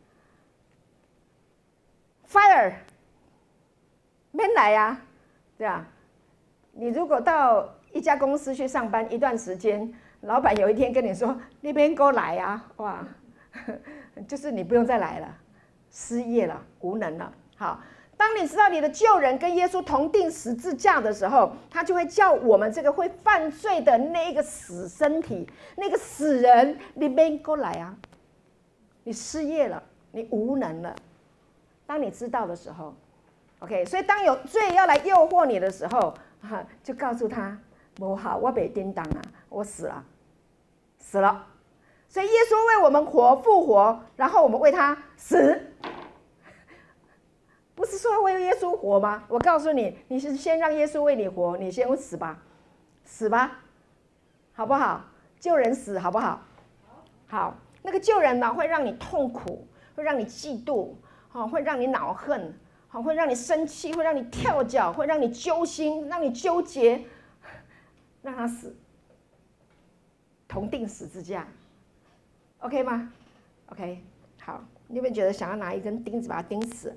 [SPEAKER 1] ，fire， 没来呀、啊，对吧？你如果到一家公司去上班一段时间，老板有一天跟你说那边给我来啊，哇，就是你不用再来了，失业了，无能了。好，当你知道你的旧人跟耶稣同定十字架的时候，他就会叫我们这个会犯罪的那个死身体、那个死人，你边过来啊。你失业了，你无能了。当你知道的时候 ，OK， 所以当有罪要来诱惑你的时候，啊、就告诉他：不好，我被叮当啊，我死了，死了。所以耶稣为我们活复活，然后我们为他死。不是说为耶稣活吗？我告诉你，你是先让耶稣为你活，你先死吧，死吧，好不好？救人死好不好？好。那个救人呢，会让你痛苦，会让你嫉妒，会让你恼恨，会让你生气，会让你跳脚，会让你揪心，让你纠结，让他死，同定十字架 ，OK 吗 ？OK， 好，你有没有觉得想要拿一根钉子把他钉死？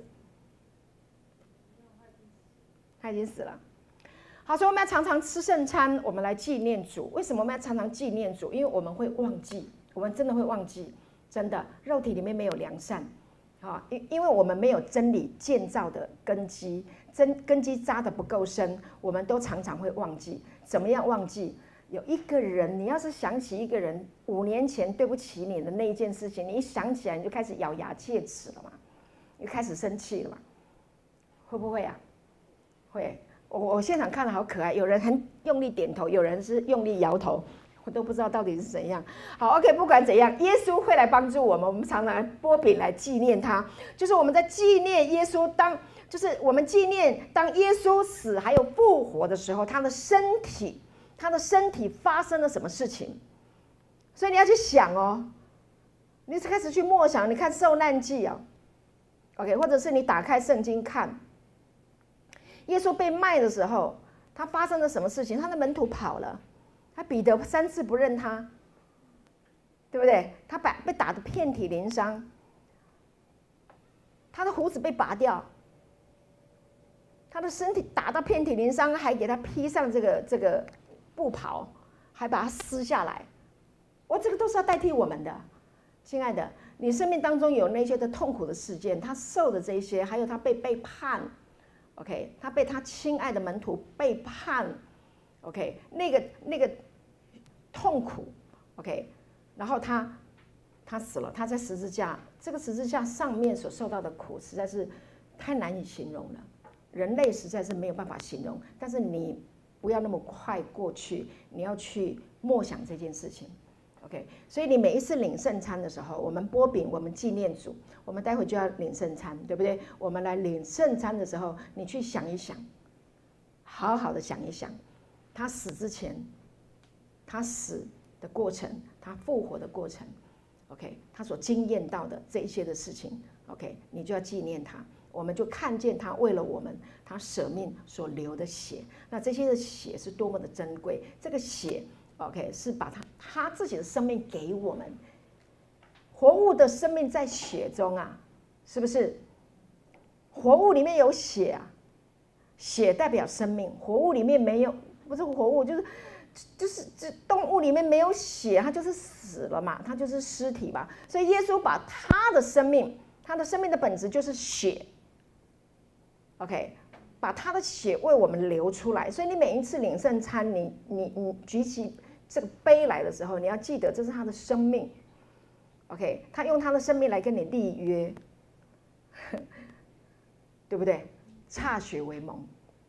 [SPEAKER 1] 他已经死了。好，所以我们要常常吃圣餐，我们来纪念主。为什么我们要常常纪念主？因为我们会忘记。我们真的会忘记，真的，肉体里面没有良善，啊，因因为我们没有真理建造的根基，真根基扎得不够深，我们都常常会忘记。怎么样忘记？有一个人，你要是想起一个人五年前对不起你的那一件事情，你一想起来你就开始咬牙切齿了嘛，你开始生气了嘛，会不会啊？会。我我现场看了好可爱，有人很用力点头，有人是用力摇头。我都不知道到底是怎样。好 ，OK， 不管怎样，耶稣会来帮助我们。我们常常剥饼来纪念他，就是我们在纪念耶稣当，就是我们纪念当耶稣死还有复活的时候，他的身体，他的身体发生了什么事情。所以你要去想哦，你开始去默想，你看受难记啊 ，OK， 或者是你打开圣经看，耶稣被卖的时候，他发生了什么事情？他的门徒跑了。他彼得三次不认他，对不对？他把被打得遍体鳞伤，他的胡子被拔掉，他的身体打到遍体鳞伤，还给他披上这个这个布袍，还把它撕下来。我这个都是要代替我们的，亲爱的，你生命当中有那些的痛苦的事件，他受的这些，还有他被背叛 ，OK， 他被他亲爱的门徒背叛。OK， 那个那个痛苦 ，OK， 然后他他死了，他在十字架，这个十字架上面所受到的苦实在是太难以形容了，人类实在是没有办法形容。但是你不要那么快过去，你要去默想这件事情 ，OK。所以你每一次领圣餐的时候，我们剥饼，我们纪念主，我们待会就要领圣餐，对不对？我们来领圣餐的时候，你去想一想，好好的想一想。他死之前，他死的过程，他复活的过程 ，OK， 他所经验到的这一些的事情 ，OK， 你就要纪念他，我们就看见他为了我们，他舍命所流的血，那这些的血是多么的珍贵，这个血 ，OK， 是把他他自己的生命给我们，活物的生命在血中啊，是不是？活物里面有血啊，血代表生命，活物里面没有。不是活物，就是就是这动物里面没有血，它就是死了嘛，它就是尸体嘛。所以耶稣把他的生命，他的生命的本质就是血 ，OK， 把他的血为我们流出来。所以你每一次领圣餐，你你你举起这个杯来的时候，你要记得这是他的生命 ，OK， 他用他的生命来跟你立约，对不对？歃血为盟。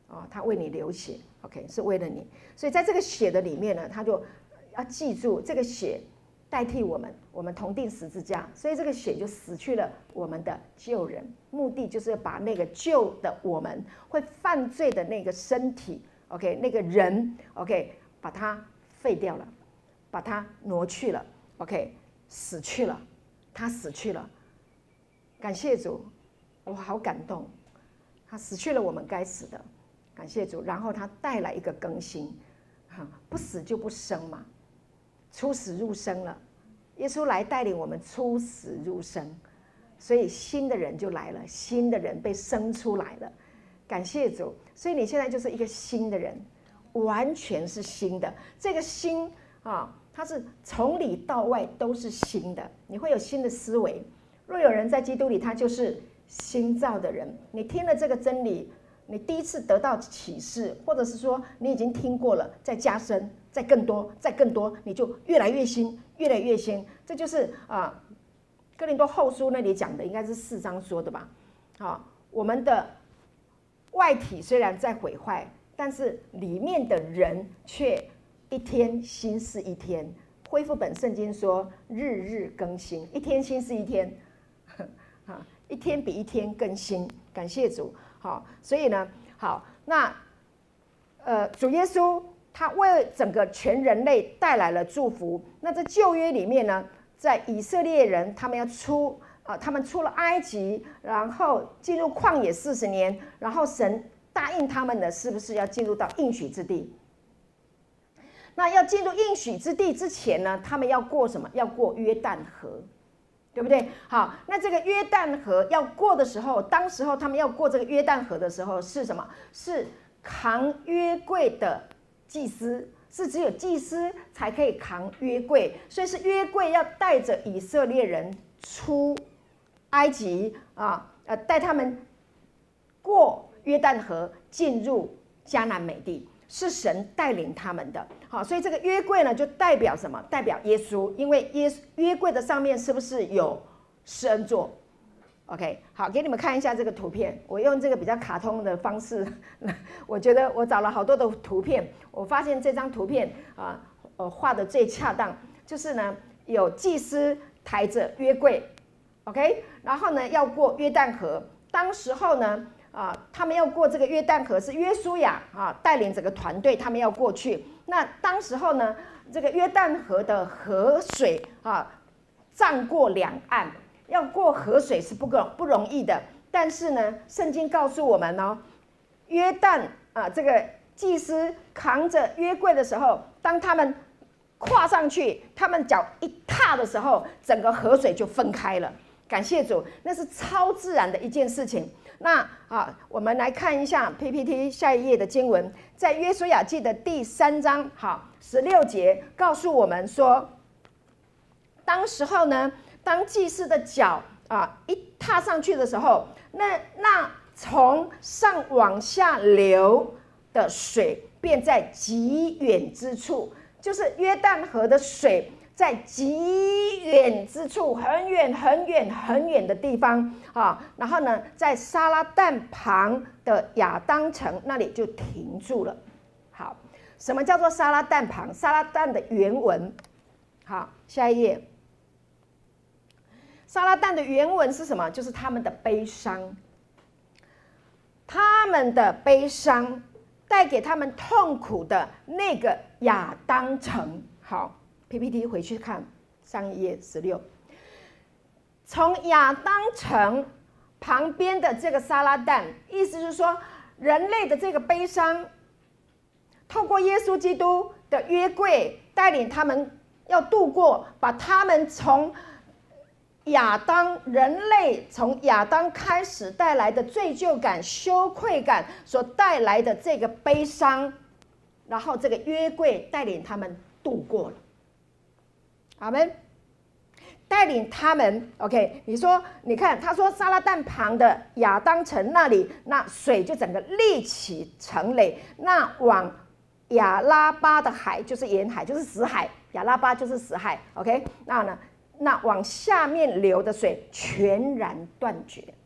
[SPEAKER 1] 哦，他为你流血 ，OK， 是为了你。所以在这个血的里面呢，他就要记住这个血代替我们，我们同定十字架，所以这个血就死去了我们的旧人，目的就是把那个旧的我们会犯罪的那个身体 ，OK， 那个人 ，OK， 把它废掉了，把它挪去了 ，OK， 死去了，他死去了，感谢主，我好感动，他死去了我们该死的，感谢主，然后他带来一个更新，哈，不死就不生嘛。出死入生了，耶稣来带领我们出死入生，所以新的人就来了，新的人被生出来了，感谢主。所以你现在就是一个新的人，完全是新的。这个新啊，它是从里到外都是新的，你会有新的思维。若有人在基督里，他就是新造的人。你听了这个真理，你第一次得到启示，或者是说你已经听过了，再加深。再更多，再更多，你就越来越新，越来越新。这就是啊，哥林多后书那里讲的，应该是四章说的吧？啊，我们的外体虽然在毁坏，但是里面的人却一天新似一天。恢复本圣经说，日日更新，一天新似一天，啊，一天比一天更新。感谢主。好，所以呢，好，那呃，主耶稣。他为整个全人类带来了祝福。那在旧约里面呢，在以色列人他们要出啊、呃，他们出了埃及，然后进入旷野四十年，然后神答应他们的是不是要进入到应许之地？那要进入应许之地之前呢，他们要过什么？要过约旦河，对不对？好，那这个约旦河要过的时候，当时候他们要过这个约旦河的时候是什么？是扛约柜的。祭司是只有祭司才可以扛约柜，所以是约柜要带着以色列人出埃及啊，呃，带他们过约旦河进入迦南美地，是神带领他们的。好，所以这个约柜呢，就代表什么？代表耶稣，因为耶约柜的上面是不是有施恩座？ OK， 好，给你们看一下这个图片。我用这个比较卡通的方式，我觉得我找了好多的图片，我发现这张图片啊，呃，画的最恰当，就是呢，有祭司抬着约柜 ，OK， 然后呢要过约旦河。当时候呢，啊，他们要过这个约旦河，是约书亚啊带领整个团队，他们要过去。那当时候呢，这个约旦河的河水啊，涨过两岸。要过河水是不不容易的，但是呢，圣经告诉我们哦，约旦啊，这个祭司扛着约柜的时候，当他们跨上去，他们脚一踏的时候，整个河水就分开了。感谢主，那是超自然的一件事情。那啊，我们来看一下 P P T 下一页的经文，在约书亚记的第三章，好，十六节告诉我们说，当时候呢。当祭司的脚啊一踏上去的时候，那那从上往下流的水便在极远之处，就是约旦河的水在极远之处，很远很远很远的地方啊。然后呢，在撒拉旦旁的亚当城那里就停住了。好，什么叫做撒拉旦旁？撒拉旦的原文，好，下一页。撒拉旦的原文是什么？就是他们的悲伤，他们的悲伤带给他们痛苦的那个亚当城。好 ，P P T 回去看上一页十六，从亚当城旁边的这个撒拉旦，意思是说，人类的这个悲伤，透过耶稣基督的约柜带领他们要度过，把他们从亚当人类从亚当开始带来的罪疚感、羞愧感所带来的这个悲伤，然后这个约柜带领他们度过了。阿们，带领他们 OK。你说，你看，他说撒拉旦旁的亚当城那里，那水就整个立起成垒，那往亚拉巴的海就是沿海，就是死海，亚拉巴就是死海 OK。那呢？那往下面流的水全然断绝，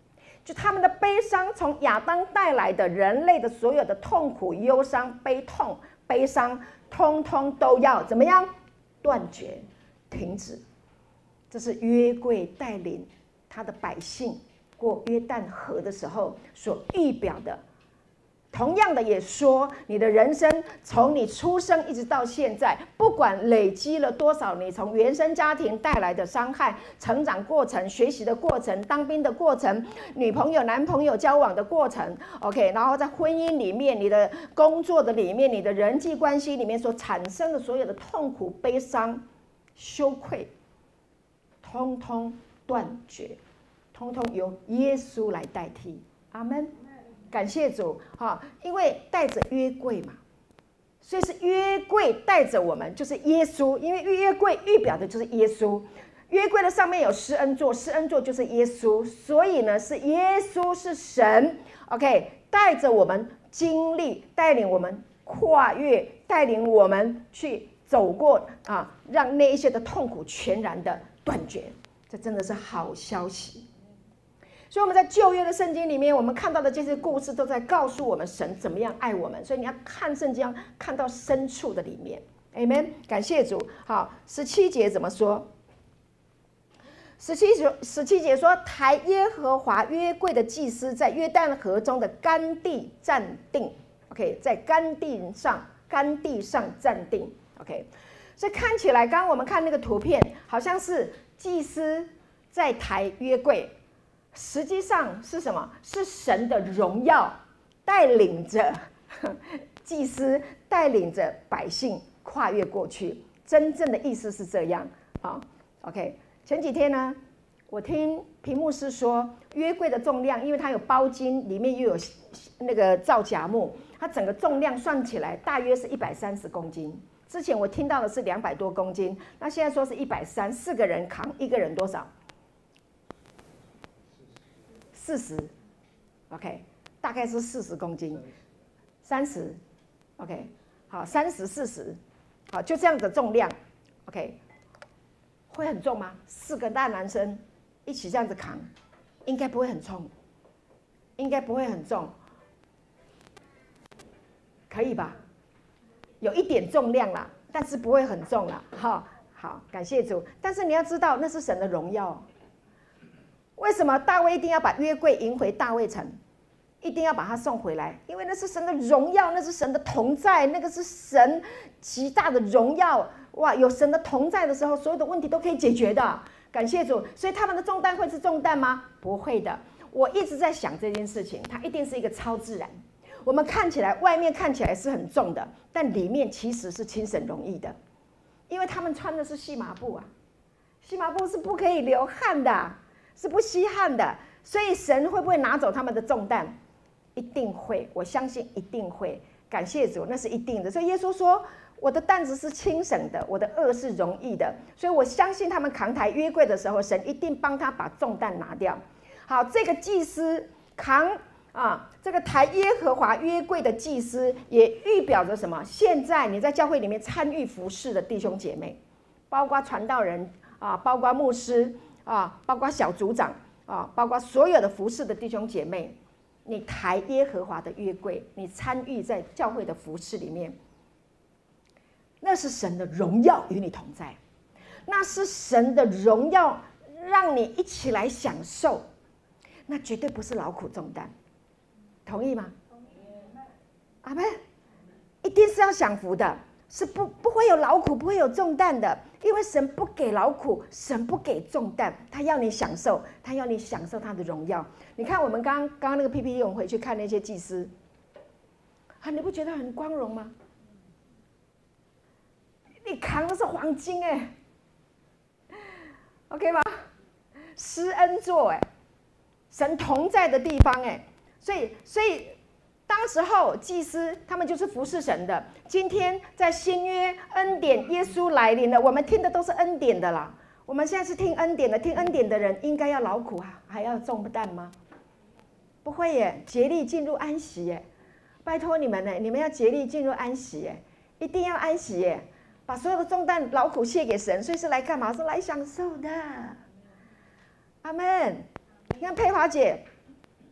[SPEAKER 1] 就他们的悲伤从亚当带来的人类的所有的痛苦、忧伤、悲痛、悲伤，通通都要怎么样断绝、停止。这是约柜带领他的百姓过约旦河的时候所预表的。同样的也说，你的人生从你出生一直到现在，不管累积了多少你从原生家庭带来的伤害、成长过程、学习的过程、当兵的过程、女朋友男朋友交往的过程 OK， 然后在婚姻里面、你的工作的里面、你的人际关系里面所产生的所有的痛苦、悲伤、羞愧，通通断绝，通通由耶稣来代替。阿们。感谢主哈，因为带着约柜嘛，所以是约柜带着我们，就是耶稣。因为约柜预表的就是耶稣，约柜的上面有施恩座，施恩座就是耶稣，所以呢是耶稣是神 ，OK， 带着我们经历，带领我们跨越，带领我们去走过啊，让那一些的痛苦全然的断绝，这真的是好消息。所以我们在旧约的圣经里面，我们看到的这些故事都在告诉我们神怎么样爱我们。所以你要看圣经，看到深处的里面。Amen， 感谢主。好，十七节怎么说？十七节，十七节说，抬耶和华约柜的祭司在约旦河中的干地站定。OK， 在干地上，干地上站定。OK， 所以看起来，刚刚我们看那个图片，好像是祭司在抬约柜。实际上是什么？是神的荣耀带领着祭司，带领着百姓跨越过去。真正的意思是这样啊。OK， 前几天呢，我听平牧师说，约柜的重量，因为它有包金，里面又有那个皂荚木，它整个重量算起来大约是一百三十公斤。之前我听到的是两百多公斤，那现在说是一百三，四个人扛，一个人多少？四十 ，OK， 大概是四十公斤，三十 ，OK， 好，三十四十，好，就这样的重量 ，OK， 会很重吗？四个大男生一起这样子扛，应该不会很重，应该不会很重，可以吧？有一点重量啦，但是不会很重啦，好，好，感谢主。但是你要知道，那是神的荣耀。为什么大卫一定要把约柜迎回大卫城，一定要把它送回来？因为那是神的荣耀，那是神的同在，那个是神极大的荣耀。哇，有神的同在的时候，所有的问题都可以解决的。感谢主。所以他们的重担会是重担吗？不会的。我一直在想这件事情，它一定是一个超自然。我们看起来，外面看起来是很重的，但里面其实是轻省容易的，因为他们穿的是细麻布啊，细麻布是不可以流汗的。是不稀罕的，所以神会不会拿走他们的重担？一定会，我相信一定会。感谢主，那是一定的。所以耶稣说：“我的担子是轻省的，我的轭是容易的。”所以我相信他们扛抬约柜的时候，神一定帮他把重担拿掉。好，这个祭司扛啊，这个抬耶和华约柜的祭司，也预表着什么？现在你在教会里面参与服事的弟兄姐妹，包括传道人啊，包括牧师。啊，包括小组长啊，包括所有的服事的弟兄姐妹，你抬耶和华的约柜，你参与在教会的服事里面，那是神的荣耀与你同在，那是神的荣耀让你一起来享受，那绝对不是劳苦重担，同意吗？阿们，一定是要享福的，是不不会有劳苦，不会有重担的。因为神不给劳苦，神不给重担，他要你享受，他要你享受他的荣耀。你看我们刚刚刚刚那个 P P T， 我们回去看那些祭司，啊，你不觉得很光荣吗？你扛的是黄金哎 ，OK 吗？施恩座哎，神同在的地方哎，所以所以。当时候祭司他们就是服侍神的。今天在新约恩典，耶稣来临了，我们听的都是恩典的啦。我们现在是听恩典的，听恩典的人应该要劳苦啊，还要重担吗？不会耶，竭力进入安息耶！拜托你们呢，你们要竭力进入安息耶，一定要安息耶，把所有的重担、劳苦卸给神，所以是来干嘛？是来享受的。阿们。你看佩华姐。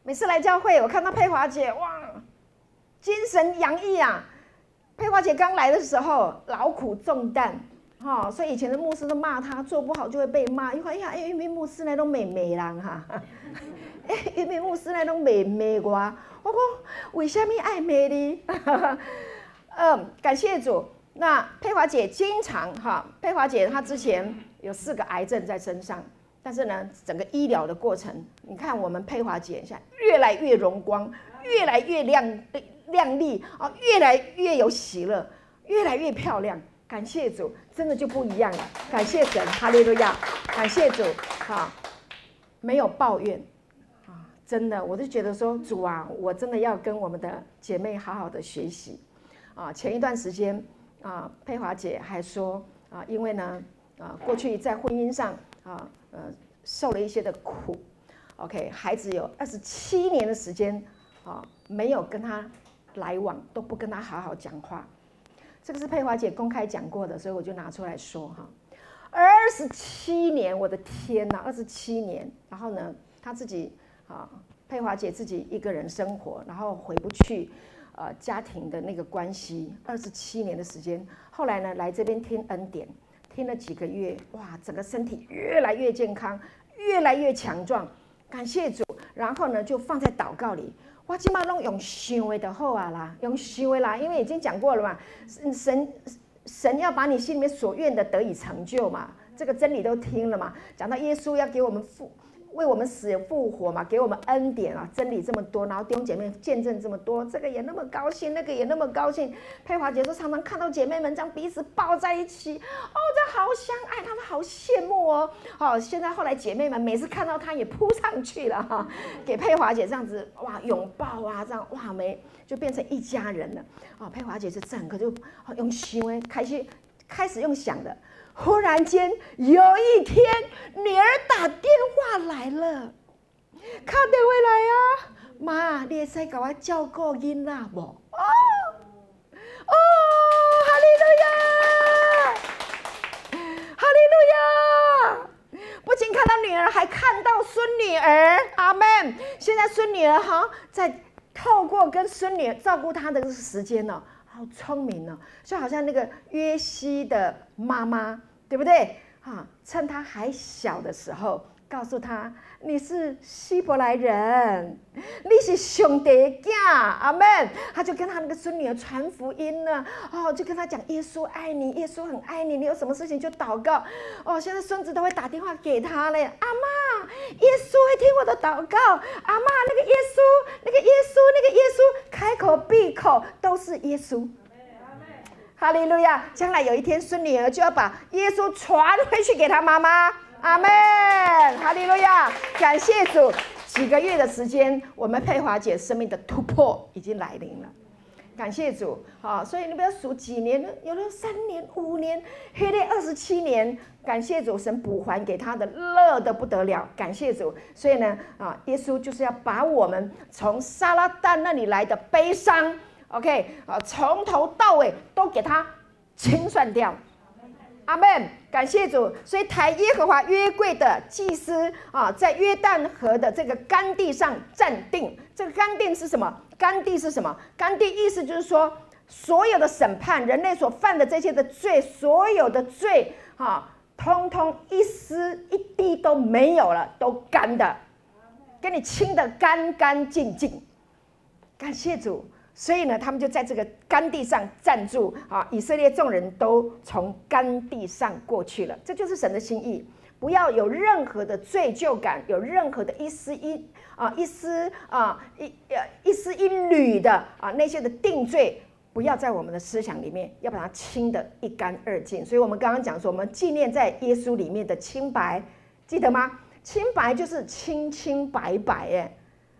[SPEAKER 1] 每次来教会，我看到佩华姐，哇，精神洋溢啊！佩华姐刚来的时候，劳苦重担，哈、哦，所以以前的牧师都骂她做不好就会被骂。因为哎呀，因为牧师那种美美人哈，哎，因为牧师那种美美我，我讲为什么爱美呢？嗯，感谢主。那佩华姐经常哈，佩华姐她之前有四个癌症在身上，但是呢，整个医疗的过程，你看我们佩华姐现在越来越荣光，越来越亮亮丽啊，越来越有喜乐，越来越漂亮。感谢主，真的就不一样了。感谢神，哈利路亚！感谢主，哈，没有抱怨啊，真的，我就觉得说，主啊，我真的要跟我们的姐妹好好的学习啊。前一段时间。啊，佩华姐还说啊，因为呢，啊，过去在婚姻上啊，呃，受了一些的苦 ，OK， 孩子有二十七年的时间啊，没有跟他来往，都不跟他好好讲话。这个是佩华姐公开讲过的，所以我就拿出来说哈。二十七年，我的天哪，二十七年，然后呢，她自己啊，佩华姐自己一个人生活，然后回不去。呃，家庭的那个关系，二十七年的时间，后来呢，来这边听恩典，听了几个月，哇，整个身体越来越健康，越来越强壮，感谢主。然后呢，就放在祷告里，我今嘛弄用想的就好啊啦，用想的啦，因为已经讲过了嘛，神神要把你心里面所愿的得以成就嘛，这个真理都听了嘛，讲到耶稣要给我们复。为我们死复活嘛，给我们恩典啊，真理这么多，然后弟兄姐妹见证这么多，这个也那么高兴，那个也那么高兴。佩华姐说常常看到姐妹们这样彼此抱在一起，哦，这好相爱，他们好羡慕哦。好、哦，现在后来姐妹们每次看到她也扑上去了哈、哦，给佩华姐这样子哇拥抱啊，这样哇没就变成一家人了啊、哦。佩华姐是整个就、哦、用想的开始开始用想的。忽然间，有一天，女儿打电话来了，打电话来啊，妈，你会使给我照顾囡仔无？哦，哦，哈利路亚，哈利路亚！不仅看到女儿，还看到孙女儿，阿们。现在孙女儿哈，在透过跟孙女照顾她的这个时间呢、哦。好聪明哦，就好像那个约西的妈妈，对不对？哈，趁他还小的时候，告诉他你是希伯来人，你是上帝的囝，阿们。他就跟他那个孙女儿传福音呢，哦，就跟他讲耶稣爱你，耶稣很爱你，你有什么事情就祷告。哦，现在孙子都会打电话给他嘞，阿嬷，耶稣会听我的祷告，阿嬷，那个耶稣，那个耶稣，那个耶稣，开口闭口都是耶稣。哈利路亚！将来有一天，孙女儿就要把耶稣传回去给他妈妈。阿们！哈利路亚！感谢主，几个月的时间，我们佩华姐生命的突破已经来临了。感谢主，好，所以你不要数几年，有的三年、五年，黑了二十七年。感谢主，神补还给他的，乐得不得了。感谢主，所以呢，啊，耶稣就是要把我们从撒拉旦那里来的悲伤。OK， 啊，从头到尾都给他清算掉，阿们，感谢主。所以抬耶和华约柜的祭司啊，在约旦河的这个干地上站定。这个干地是什么？干地是什么？干地意思就是说，所有的审判，人类所犯的这些的罪，所有的罪啊，通通一丝一滴都没有了，都干的，给你清得干干净净。感谢主。所以呢，他们就在这个干地上站住啊！以色列众人都从干地上过去了，这就是神的心意。不要有任何的罪疚感，有任何的一丝一啊一丝啊一呃一丝一缕的啊那些的定罪，不要在我们的思想里面，要把它清得一干二净。所以我们刚刚讲说，我们纪念在耶稣里面的清白，记得吗？清白就是清清白白，哎，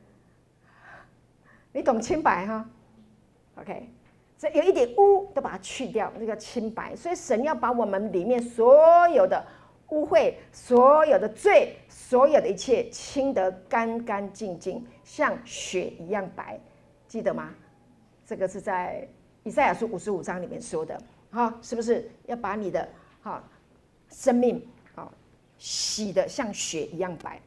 [SPEAKER 1] 你懂清白哈？ OK， 这有一点污都把它去掉，这个清白。所以神要把我们里面所有的污秽、所有的罪、所有的一切清得干干净净，像雪一样白，记得吗？这个是在以赛亚书五十五章里面说的，哈，是不是要把你的哈生命啊洗得像雪一样白？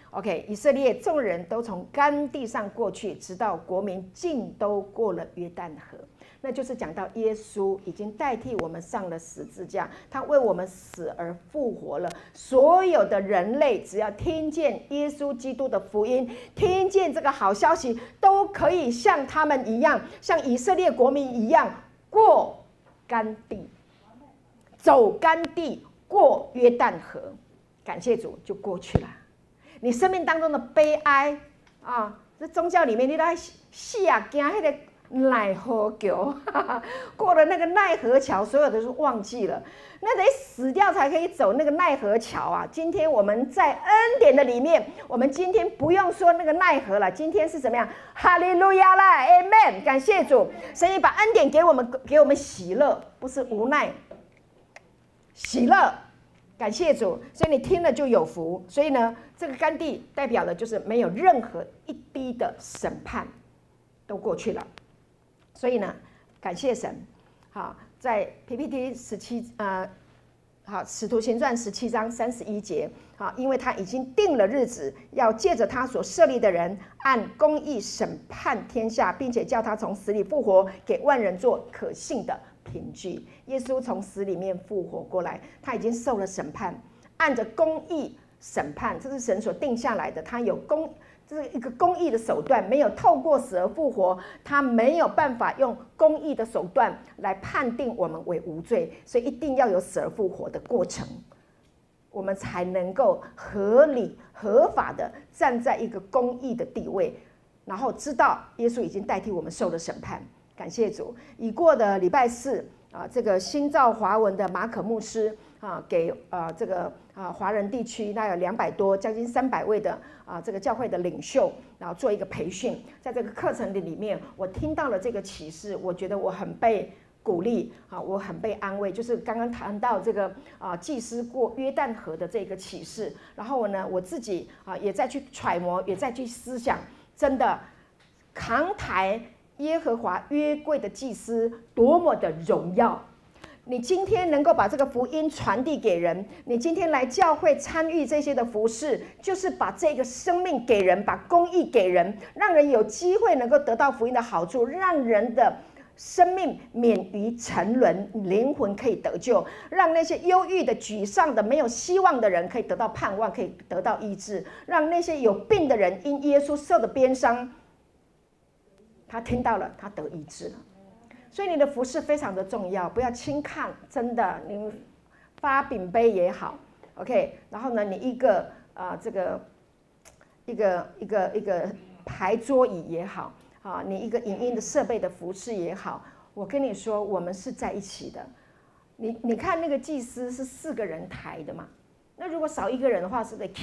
[SPEAKER 1] OK， 以色列众人都从干地上过去，直到国民尽都过了约旦河。那就是讲到耶稣已经代替我们上了十字架，他为我们死而复活了。所有的人类只要听见耶稣基督的福音，听见这个好消息，都可以像他们一样，像以色列国民一样过干地，走干地，过约旦河。感谢主，就过去了。你生命当中的悲哀啊，这宗教里面你都在死啊，惊那个奈何桥，过了那个奈何桥，所有的都忘记了，那得死掉才可以走那个奈何桥啊！今天我们在恩典的里面，我们今天不用说那个奈何了，今天是怎么样？哈利路亚啦 ，Amen！ 感谢主，神也把恩典给我们，给我们喜乐，不是无奈，喜乐。感谢主，所以你听了就有福。所以呢，这个干地代表的就是没有任何一滴的审判都过去了。所以呢，感谢神。好，在 P P T 十七呃，好，使徒行传十七章三十一节，好，因为他已经定了日子，要借着他所设立的人，按公义审判天下，并且叫他从死里复活，给万人做可信的凭据。耶稣从死里面复活过来，他已经受了审判，按着公义审判，这是神所定下来的。他有公，这是一个公义的手段，没有透过死而复活，他没有办法用公义的手段来判定我们为无罪，所以一定要有死而复活的过程，我们才能够合理合法的站在一个公义的地位，然后知道耶稣已经代替我们受了审判。感谢主，已过的礼拜四啊，这个新造华文的马可牧师啊，给啊这个啊华人地区那有两百多，将近三百位的啊这个教会的领袖，然后做一个培训。在这个课程的里面，我听到了这个启示，我觉得我很被鼓励啊，我很被安慰。就是刚刚谈到这个啊祭司过约旦河的这个启示，然后呢我自己啊也在去揣摩，也在去思想，真的扛抬耶和华约柜的祭司多么的荣耀！你今天能够把这个福音传递给人，你今天来教会参与这些的服事，就是把这个生命给人，把公义给人，让人有机会能够得到福音的好处，让人的生命免于沉沦，灵魂可以得救，让那些忧郁的、沮丧的、没有希望的人可以得到盼望，可以得到医治，让那些有病的人因耶稣受的鞭伤，他听到了，他得医治了。所以你的服事非常的重要，不要轻看，真的，你发饼杯也好 ，OK， 然后呢，你一个啊、呃、这个一个一个一个排桌椅也好，啊，你一个影音的设备的服事也好，我跟你说，我们是在一起的。你你看那个祭司是四个人抬的嘛，那如果少一个人的话，是不是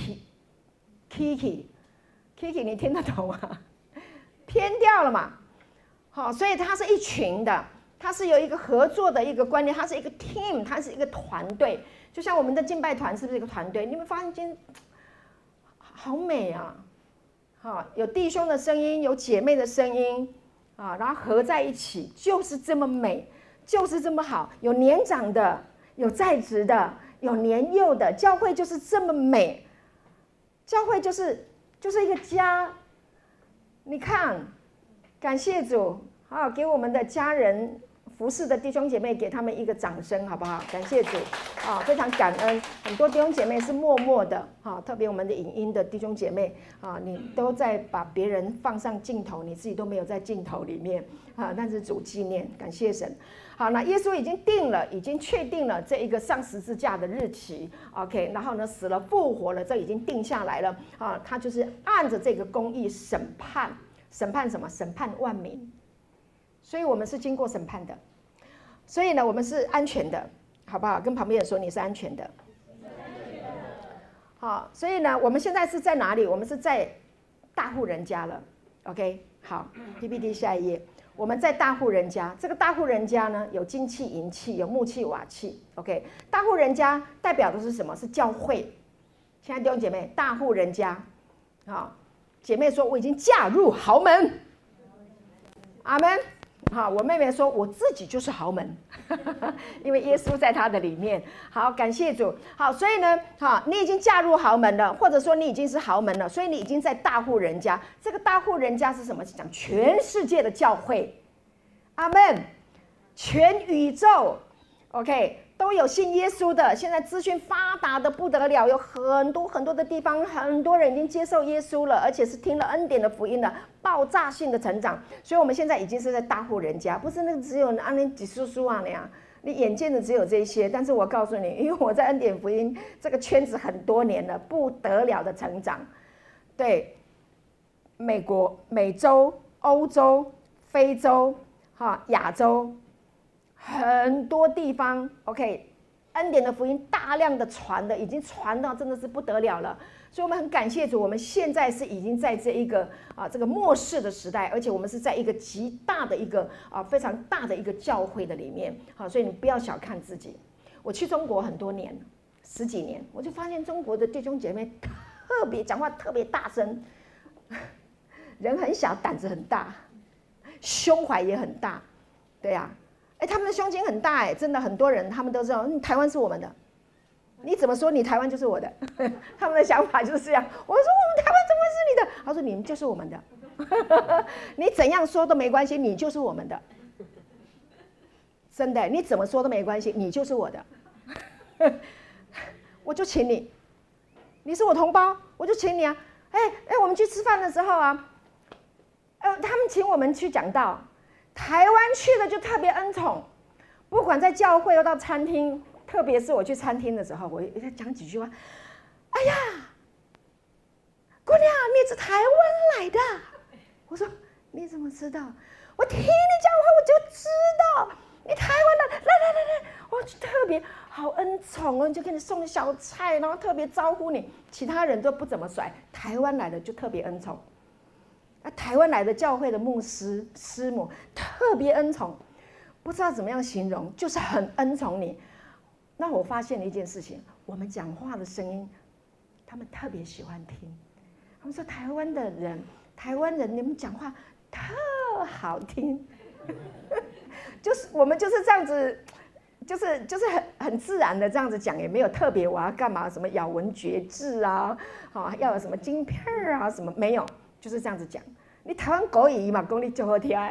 [SPEAKER 1] Kiki Kiki 你听得懂吗？偏掉了嘛。好，所以它是一群的，它是有一个合作的一个观念，它是一个 team， 它是一个团队。就像我们的敬拜团是不是一个团队？你们发现今天好美啊！好，有弟兄的声音，有姐妹的声音啊，然后合在一起，就是这么美，就是这么好。有年长的，有在职的，有年幼的，教会就是这么美。教会就是就是一个家，你看。感谢主，好，给我们的家人服侍的弟兄姐妹，给他们一个掌声，好不好？感谢主，啊，非常感恩。很多弟兄姐妹是默默的，哈，特别我们的影音的弟兄姐妹，啊，你都在把别人放上镜头，你自己都没有在镜头里面，啊，但是主纪念，感谢神。好，那耶稣已经定了，已经确定了这一个上十字架的日期 ，OK， 然后呢，死了复活了，这已经定下来了，啊，他就是按着这个公义审判。审判什么？审判万民，所以我们是经过审判的，所以呢，我们是安全的，好不好？跟旁边人说你是安全的。好，所以呢，我们现在是在哪里？我们是在大户人家了 ，OK？ 好 ，P P T 下一页，我们在大户人家。这个大户人家呢，有金器、银器，有木器、瓦器 ，OK？ 大户人家代表的是什么？是教会。亲爱的弟兄姐妹，大户人家，好。姐妹说：“我已经嫁入豪门。”阿们。 好，我妹妹说我自己就是豪门，因为耶稣在她的里面。好，感谢主。好，所以呢，好，你已经嫁入豪门了，或者说你已经是豪门了，所以你已经在大户人家。这个大户人家是什么？讲全世界的教会，阿们，全宇宙 ，OK。都有信耶稣的，现在资讯发达的不得了，有很多很多的地方，很多人已经接受耶稣了，而且是听了恩典的福音的，爆炸性的成长。所以我们现在已经是在大户人家，不是那个只有安那几叔叔啊那样，你眼见的只有这些。但是我告诉你，因为我在恩典福音这个圈子很多年了，不得了的成长。对，美国、美洲、欧洲、非洲、哈、亚洲。很多地方 ，OK， 恩典的福音大量的传的，已经传到真的是不得了了。所以我们很感谢主，我们现在是已经在这一个啊这个末世的时代，而且我们是在一个极大的一个啊非常大的一个教会的里面。好，所以你不要小看自己。我去中国很多年，十几年，我就发现中国的弟兄姐妹特别讲话特别大声，人很小，胆子很大，胸怀也很大，对呀、啊。哎，他们的胸襟很大哎，真的很多人他们都知道，嗯，台湾是我们的，你怎么说你台湾就是我的？他们的想法就是这样。我说我们台湾怎么会是你的？他说你们就是我们的，你怎样说都没关系，你就是我们的，真的，你怎么说都没关系，你就是我的，我就请你，你是我同胞，我就请你啊。哎哎，我们去吃饭的时候啊，呃，他们请我们去讲道。台湾去的就特别恩宠，不管在教会又到餐厅，特别是我去餐厅的时候，我在讲几句话。哎呀，姑娘，你是台湾来的？我说你怎么知道？我听你讲话我就知道你台湾的。来来来来，我就特别好恩宠哦，就给你送小菜，然后特别招呼你。其他人都不怎么甩，台湾来的就特别恩宠。台湾来的教会的牧师师母特别恩宠，不知道怎么样形容，就是很恩宠你。那我发现了一件事情，我们讲话的声音，他们特别喜欢听。他们说台湾的人，台湾人你们讲话特好听，就是我们就是这样子，就是就是很很自然的这样子讲，也没有特别我要干嘛什么咬文嚼字啊，啊要有什么晶片啊什么没有。就是这样子讲，你台湾国语嘛，讲你就好听，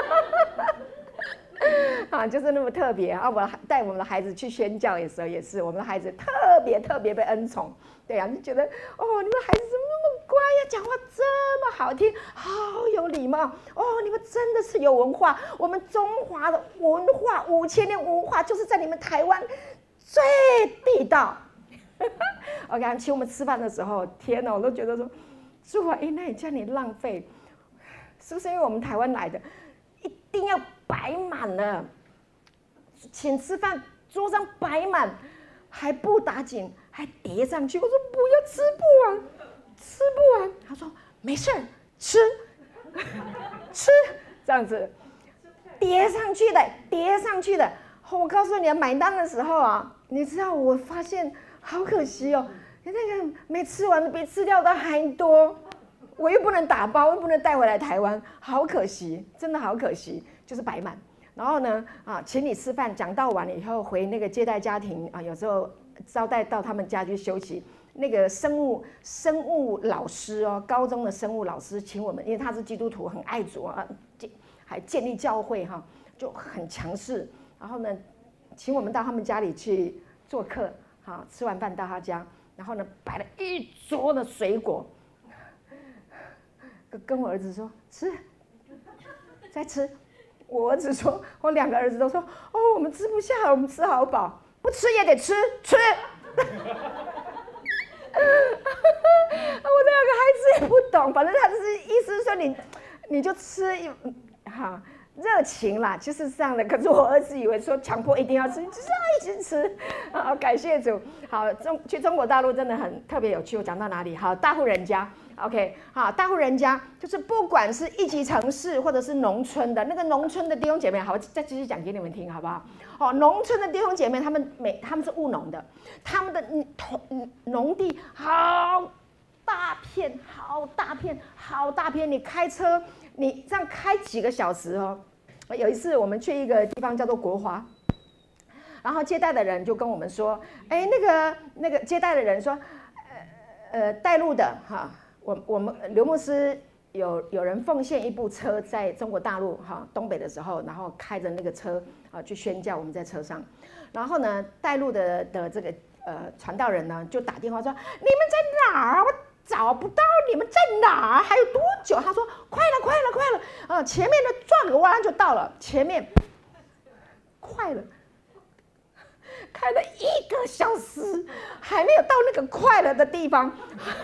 [SPEAKER 1] 啊，就是那么特别啊！我带我们的孩子去宣教的时候，也是我们的孩子特别特别被恩宠，对呀、啊，就觉得哦，你们孩子怎么那么乖呀、啊，讲话这么好听，好有礼貌哦，你们真的是有文化。我们中华的文化，五千年文化就是在你们台湾最地道。OK， 请我们吃饭的时候，天哪，我都觉得说。主啊，哎，那你这样你浪费，是不是因为我们台湾来的，一定要摆满了，请吃饭桌上摆满，还不打紧，还叠上去。我说不要，吃不完，吃不完。他说没事，吃，吃，这样子叠上去的，叠上去的。我告诉你，买单的时候啊，你知道我发现好可惜哦。那个没吃完的比吃掉的还多，我又不能打包，又不能带回来台湾，好可惜，真的好可惜，就是摆满。然后呢，啊，请你吃饭，讲到完了以后回那个接待家庭啊，有时候招待到他们家去休息。那个生物生物老师哦，高中的生物老师请我们，因为他是基督徒，很爱主啊，还建立教会哈、啊，就很强势。然后呢，请我们到他们家里去做客，好、啊，吃完饭到他家。然后呢，摆了一桌的水果，跟我儿子说吃，再吃。我儿子说，我两个儿子都说，哦，我们吃不下，我们吃好饱，不吃也得吃，吃。我这两个孩子也不懂，反正他就是意思是说你，你就吃一哈。热情啦，就是这样的。可是我儿子以为说强迫一定要吃，就是要一直吃。好，感谢主。好，中去中国大陆真的很特别有趣。我讲到哪里？好，大户人家。OK， 好，大户人家就是不管是一级城市或者是农村的那个农村的弟兄姐妹，好，我再继续讲给你们听，好不好？好，农村的弟兄姐妹，他们每他们是务农的，他们的农农地好大片，好大片，好大片。你开车，你这样开几个小时哦。 有一次我们去一个地方叫做国华，然后接待的人就跟我们说，哎，那个那个接待的人说，呃呃带路的哈，我我们刘牧师有有人奉献一部车在中国大陆哈东北的时候，然后开着那个车啊去宣教，我们在车上，然后呢带路的的这个呃传道人呢就打电话说，你们在哪儿？我找不到你们在哪儿？还有多久？他说快了快了快了啊！前面的转个弯就到了，前面快了。开了一个小时，还没有到那个快了的地方。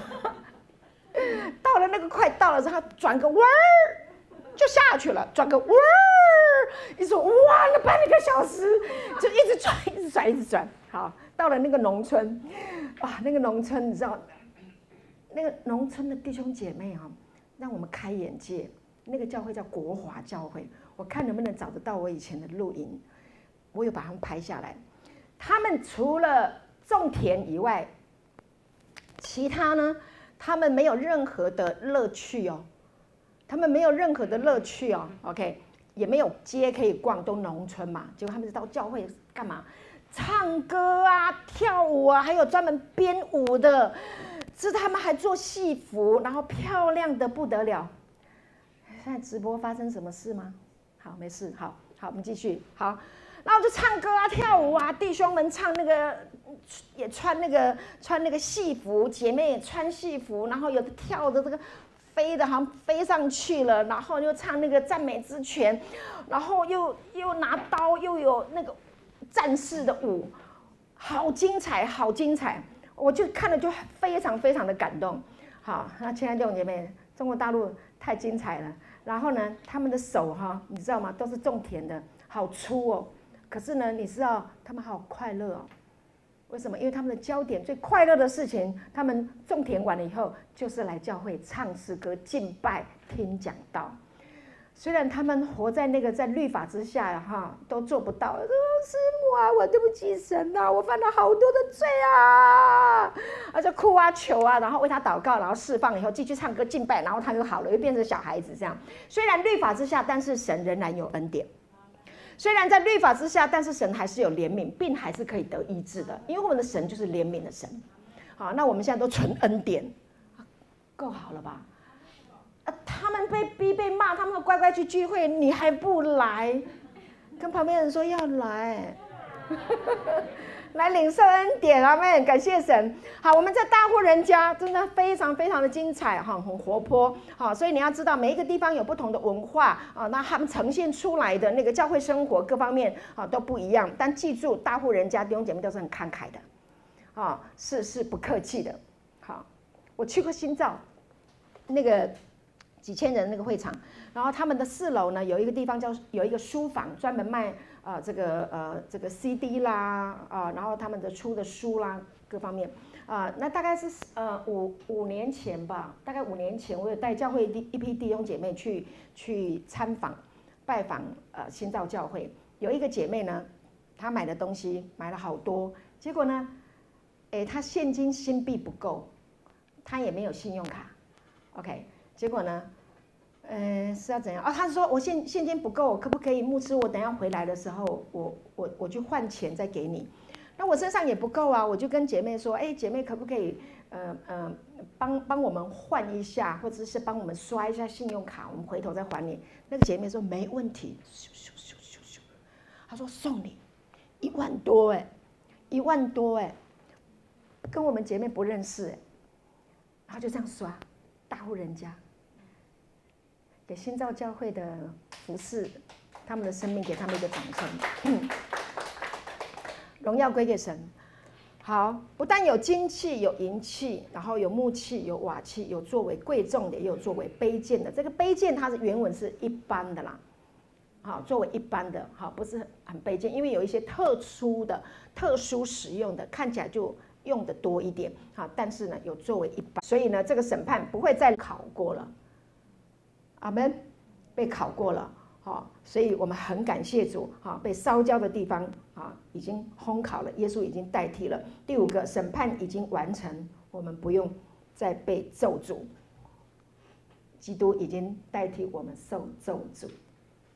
[SPEAKER 1] 到了那个快到了之后，转个弯儿就下去了，转个弯儿，一说哇，那半个小时就一直转，一直转，一直转。好，到了那个农村，啊，那个农村你知道，那个农村的弟兄姐妹哈、啊，让我们开眼界。那个教会叫国华教会，我看能不能找得到我以前的录音，我有把他们拍下来。他们除了种田以外，其他呢，他们没有任何的乐趣哦，他们没有任何的乐趣哦 ，OK， 也没有街可以逛，都农村嘛。结果他们是到教会干嘛？唱歌啊，跳舞啊，还有专门编舞的，是他们还做戏服，然后漂亮的不得了。现在直播发生什么事吗？好，没事，好好，我们继续，好。然后就唱歌啊，跳舞啊，弟兄们唱那个，也穿那个穿那个戏服，姐妹也穿戏服，然后有的跳的这个飞的，好像飞上去了，然后又唱那个赞美之泉，然后又又拿刀，又有那个战士的舞，好精彩，好精彩！我就看了就非常非常的感动。好，那亲爱的弟兄姐妹，中国大陆太精彩了。然后呢，他们的手哈，你知道吗？都是种田的，好粗哦。可是呢，你知道他们好快乐哦？为什么？因为他们的焦点最快乐的事情，他们种田完了以后，就是来教会唱诗歌、敬拜、听讲道。虽然他们活在那个在律法之下哈，都做不到。师母啊，我对不起神啊，我犯了好多的罪啊，啊就哭啊求啊，然后为他祷告，然后释放以后继续唱歌敬拜，然后他又好了，又变成小孩子这样。虽然律法之下，但是神仍然有恩典。虽然在律法之下，但是神还是有怜悯，病还是可以得医治的，因为我们的神就是怜悯的神。好，那我们现在都纯恩典，够好了吧？啊，他们被逼被骂，他们乖乖去聚会，你还不来？跟旁边人说要来，来领受恩典，阿们，感谢神。好，我们在大户人家真的非常非常的精彩哈，很活泼。好，所以你要知道每一个地方有不同的文化啊，那他们呈现出来的那个教会生活各方面啊都不一样。但记住，大户人家弟兄姐妹都是很慷慨的，啊，是是不客气的。好，我去过新造，那个几千人那个会场。然后他们的四楼呢，有一个地方叫有一个书房，专门卖啊、呃、这个呃这个 C D 啦啊、呃，然后他们的出的书啦各方面啊、呃，那大概是呃五五年前吧，大概五年前，我有带教会一一批弟兄姐妹去去参访拜访呃新造教会，有一个姐妹呢，她买的东西买了好多，结果呢，哎她现金新币不够，她也没有信用卡 ，OK， 结果呢？呃，是要怎样？哦，他说我现现金不够，可不可以牧师？我等一下回来的时候，我我我去换钱再给你。那我身上也不够啊，我就跟姐妹说，哎，姐妹可不可以，呃呃，帮帮我们换一下，或者是帮我们刷一下信用卡，我们回头再还你。那个姐妹说没问题，咻咻咻咻咻，她说送你一万多哎，一万多哎，跟我们姐妹不认识哎，然后就这样刷，大户人家。给新造教会的服侍，他们的生命，给他们一个掌声，嗯、荣耀归给神。好，不但有金器、有银器，然后有木器、有瓦器，有作为贵重的，也有作为卑贱的。这个卑贱，它的原文是一般的啦，好，作为一般的，好，不是很卑贱，因为有一些特殊的、特殊使用的，看起来就用的多一点，好，但是呢，有作为一般，所以呢，这个审判不会再考过了。阿们，被考过了，好，所以我们很感谢主，哈，被烧焦的地方啊已经烘烤了，耶稣已经代替了。第五个，审判已经完成，我们不用再被咒诅，基督已经代替我们受咒诅。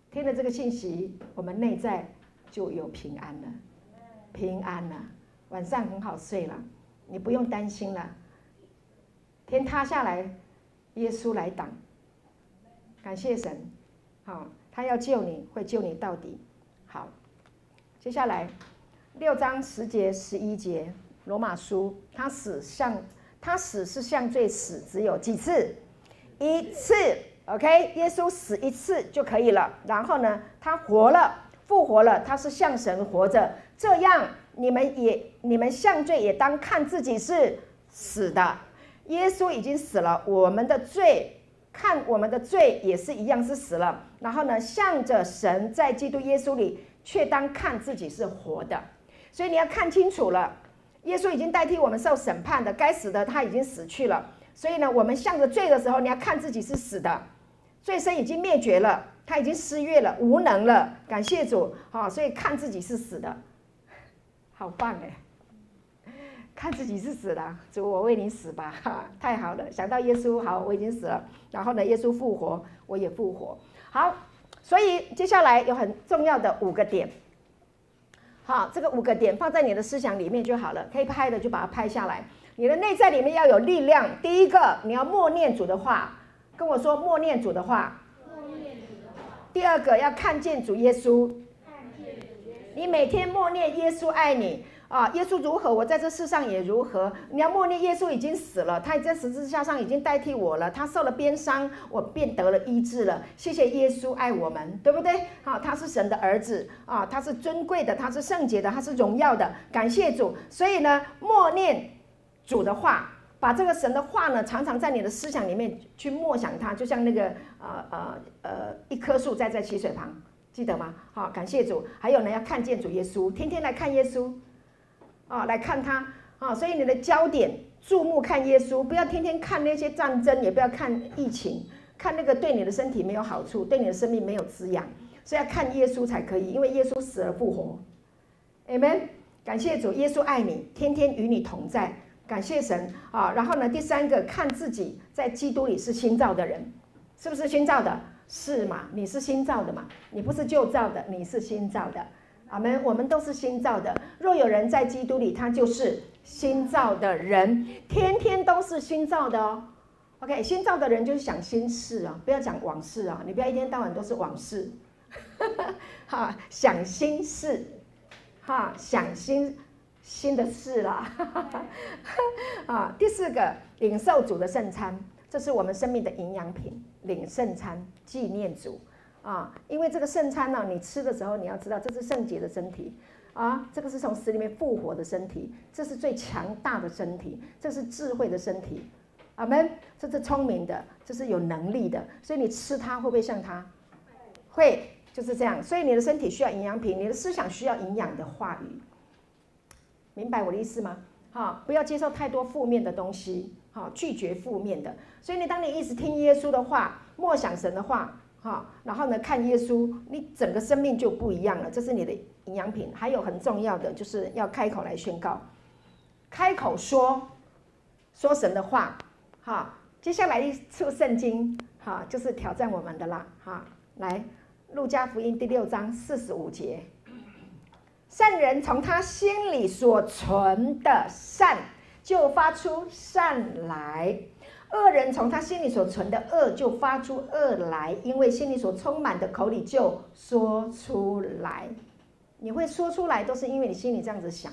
[SPEAKER 1] 听了这个信息，我们内在就有平安了，平安了，晚上很好睡了，你不用担心了。天塌下来，耶稣来挡。感谢神，好，他要救你，会救你到底。好，接下来六章十节、十一节，罗马书，他死像他死是像罪死，只有几次？一次。OK， 耶稣死一次就可以了。然后呢，他活了，复活了，他是像神活着。这样，你们也你们像罪也当看自己是死的。耶稣已经死了，我们的罪，看我们的罪也是一样是死了。然后呢，向着神在基督耶稣里，却当看自己是活的。所以你要看清楚了，耶稣已经代替我们受审判的，该死的他已经死去了。所以呢，我们向着罪的时候，你要看自己是死的。罪身已经灭绝了，他已经失业了，无能了。感谢主，好，所以看自己是死的，好棒哎！看自己是死的，主，我为你死吧，哈，太好了！想到耶稣，好，我已经死了。然后呢，耶稣复活，我也复活。好，所以接下来有很重要的五个点，好，这个五个点放在你的思想里面就好了，可以拍的就把它拍下来。你的内在里面要有力量。第一个，你要默念主的话。跟我说默念主的话。第二个要看见主耶稣。你每天默念耶稣爱你啊，耶稣如何，我在这世上也如何。你要默念耶稣已经死了，他在十字架上已经代替我了，他受了鞭伤，我便得了医治了。谢谢耶稣爱我们，对不对？啊，他是神的儿子啊，他是尊贵的，他是圣洁的，他是荣耀的。感谢主。所以呢，默念主的话。把这个神的话呢，常常在你的思想里面去默想它，就像那个呃呃呃一棵树栽在溪水旁，记得吗？好，感谢主。还有呢，要看见主耶稣，天天来看耶稣，啊，来看他啊。所以你的焦点注目看耶稣，不要天天看那些战争，也不要看疫情，看那个对你的身体没有好处，对你的生命没有滋养。所以要看耶稣才可以，因为耶稣死而复活。Amen。感谢主，耶稣爱你，天天与你同在。感谢神啊！然后呢，第三个，看自己在基督里是新造的人，是不是新造的？是嘛？你是新造的嘛？你不是旧造的，你是新造的。阿们，我们都是新造的。若有人在基督里，他就是新造的人，天天都是新造的哦。OK， 新造的人就是想新事啊，不要讲往事啊，你不要一天到晚都是往事，哈，想新事，哈，想新。新的事啦，啊，第四个，领受主的圣餐，这是我们生命的营养品。领圣餐，纪念主啊，因为这个圣餐呢、啊，你吃的时候你要知道，这是圣洁的身体啊，这个是从死里面复活的身体，这是最强大的身体，这是智慧的身体，阿们，这是聪明的，这是有能力的，所以你吃它会不会像它？会，就是这样。所以你的身体需要营养品，你的思想需要营养的话语。明白我的意思吗？哈，不要接受太多负面的东西，哈，拒绝负面的。所以你当你一直听耶稣的话，默想神的话，哈，然后呢看耶稣，你整个生命就不一样了。这是你的营养品。还有很重要的，就是要开口来宣告，开口说，说神的话，哈。接下来一处圣经，哈，就是挑战我们的啦，哈。来，路加福音第六章四十五节。善人从他心里所存的善，就发出善来；恶人从他心里所存的恶，就发出恶来。因为心里所充满的，口里就说出来。你会说出来，都是因为你心里这样子想。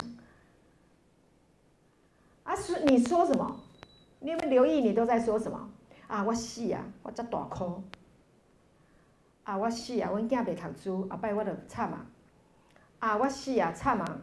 [SPEAKER 1] 啊，你说什么？你有没有留意你都在说什么？啊，我死啊，我这大哭。啊，我死啊，阮囝袂读书，后摆我就惨啊。啊，我死啊，惨啊！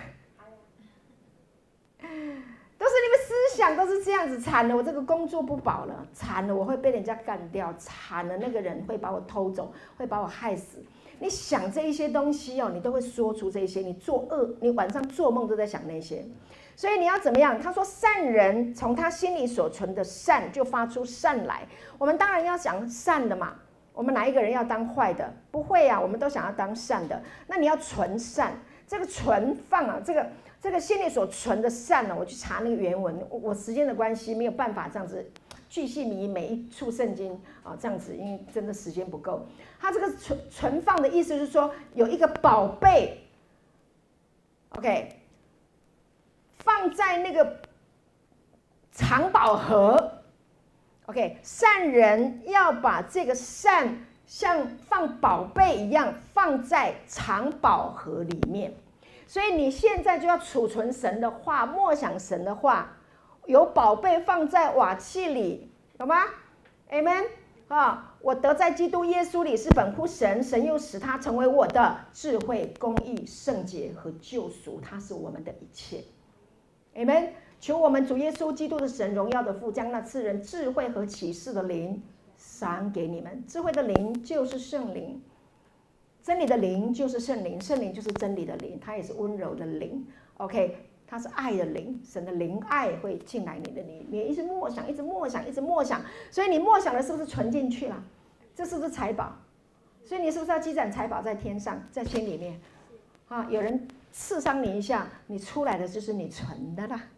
[SPEAKER 1] 都是你们思想都是这样子，惨了，我这个工作不保了，惨了，我会被人家干掉，惨了，那个人会把我偷走，会把我害死。你想这一些东西哦，你都会说出这些。你做恶，你晚上做梦都在想那些。所以你要怎么样？他说，善人从他心里所存的善，就发出善来。我们当然要想善的嘛。我们哪一个人要当坏的？不会啊，我们都想要当善的。那你要存善，这个存放啊，这个这个心里所存的善呢、啊，我去查那个原文，我时间的关系没有办法这样子巨细靡每一处圣经啊，这样子，因为真的时间不够。它这个存存放的意思是说，有一个宝贝 ，OK， 放在那个藏宝盒 ，OK， 善人要把这个善像放宝贝一样放在藏宝盒里面。所以你现在就要储存神的话，默想神的话，有宝贝放在瓦器里，懂吗 ？Amen 啊！我得在基督耶稣里是本乎神，神又使他成为我的智慧、公义、圣洁和救赎，他是我们的一切。Amen。求我们主耶稣基督的神，荣耀的父，将那赐人智慧和启示的灵赏给你们。智慧的灵就是圣灵。真理的灵就是圣灵，圣灵就是真理的灵，它也是温柔的灵 ，OK， 它是爱的灵，神的灵爱会进来你的里面，一直默想，一直默想，一直默想，所以你默想的是不是存进去了？这是不是财宝？所以你是不是要积攒财宝在天上，在心里面？啊，有人刺伤你一下，你出来的就是你存的啦，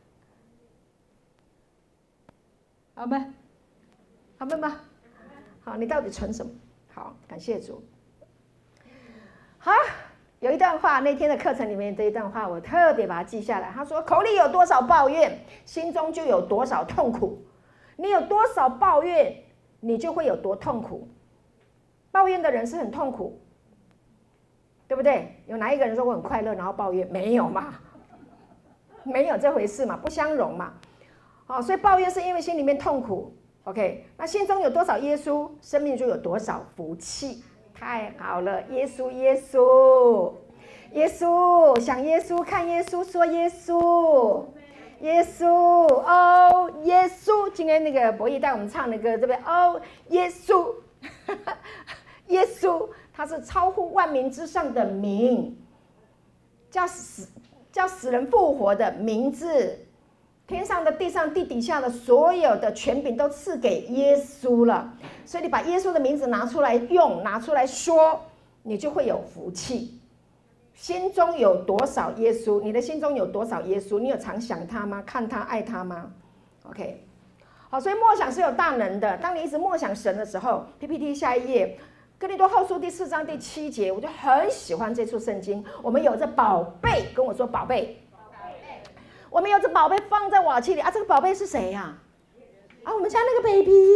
[SPEAKER 1] 好吗？好吗？好，你到底存什么？好，感谢主。好，有一段话，那天的课程里面这一段话，我特别把它记下来。他说：“口里有多少抱怨，心中就有多少痛苦。你有多少抱怨，你就会有多痛苦。抱怨的人是很痛苦，对不对？有哪一个人说我很快乐，然后抱怨？没有嘛，没有这回事嘛，不相容嘛。好，所以抱怨是因为心里面痛苦。OK， 那心中有多少耶稣，生命就有多少福气。”太好了，耶稣，耶稣，耶稣，想耶稣，看耶稣，说耶稣，耶稣，哦，耶稣。今天那个博弈带我们唱那个，对不对？哦，耶稣，耶稣，他是超乎万民之上的名，叫死叫死人复活的名字。天上的、地上、地底下的所有的权柄都赐给耶稣了，所以你把耶稣的名字拿出来用，拿出来说，你就会有福气。心中有多少耶稣？你的心中有多少耶稣？你有常想他吗？看他、爱他吗 ？OK， 好，所以默想是有大能的。当你一直默想神的时候 ，P P T 下一页，哥林多后书第四章第七节，我就很喜欢这处圣经。我们有着宝贝，跟我说宝贝。我们有这宝贝放在瓦器里啊，这个宝贝是谁呀、啊？啊，我们家那个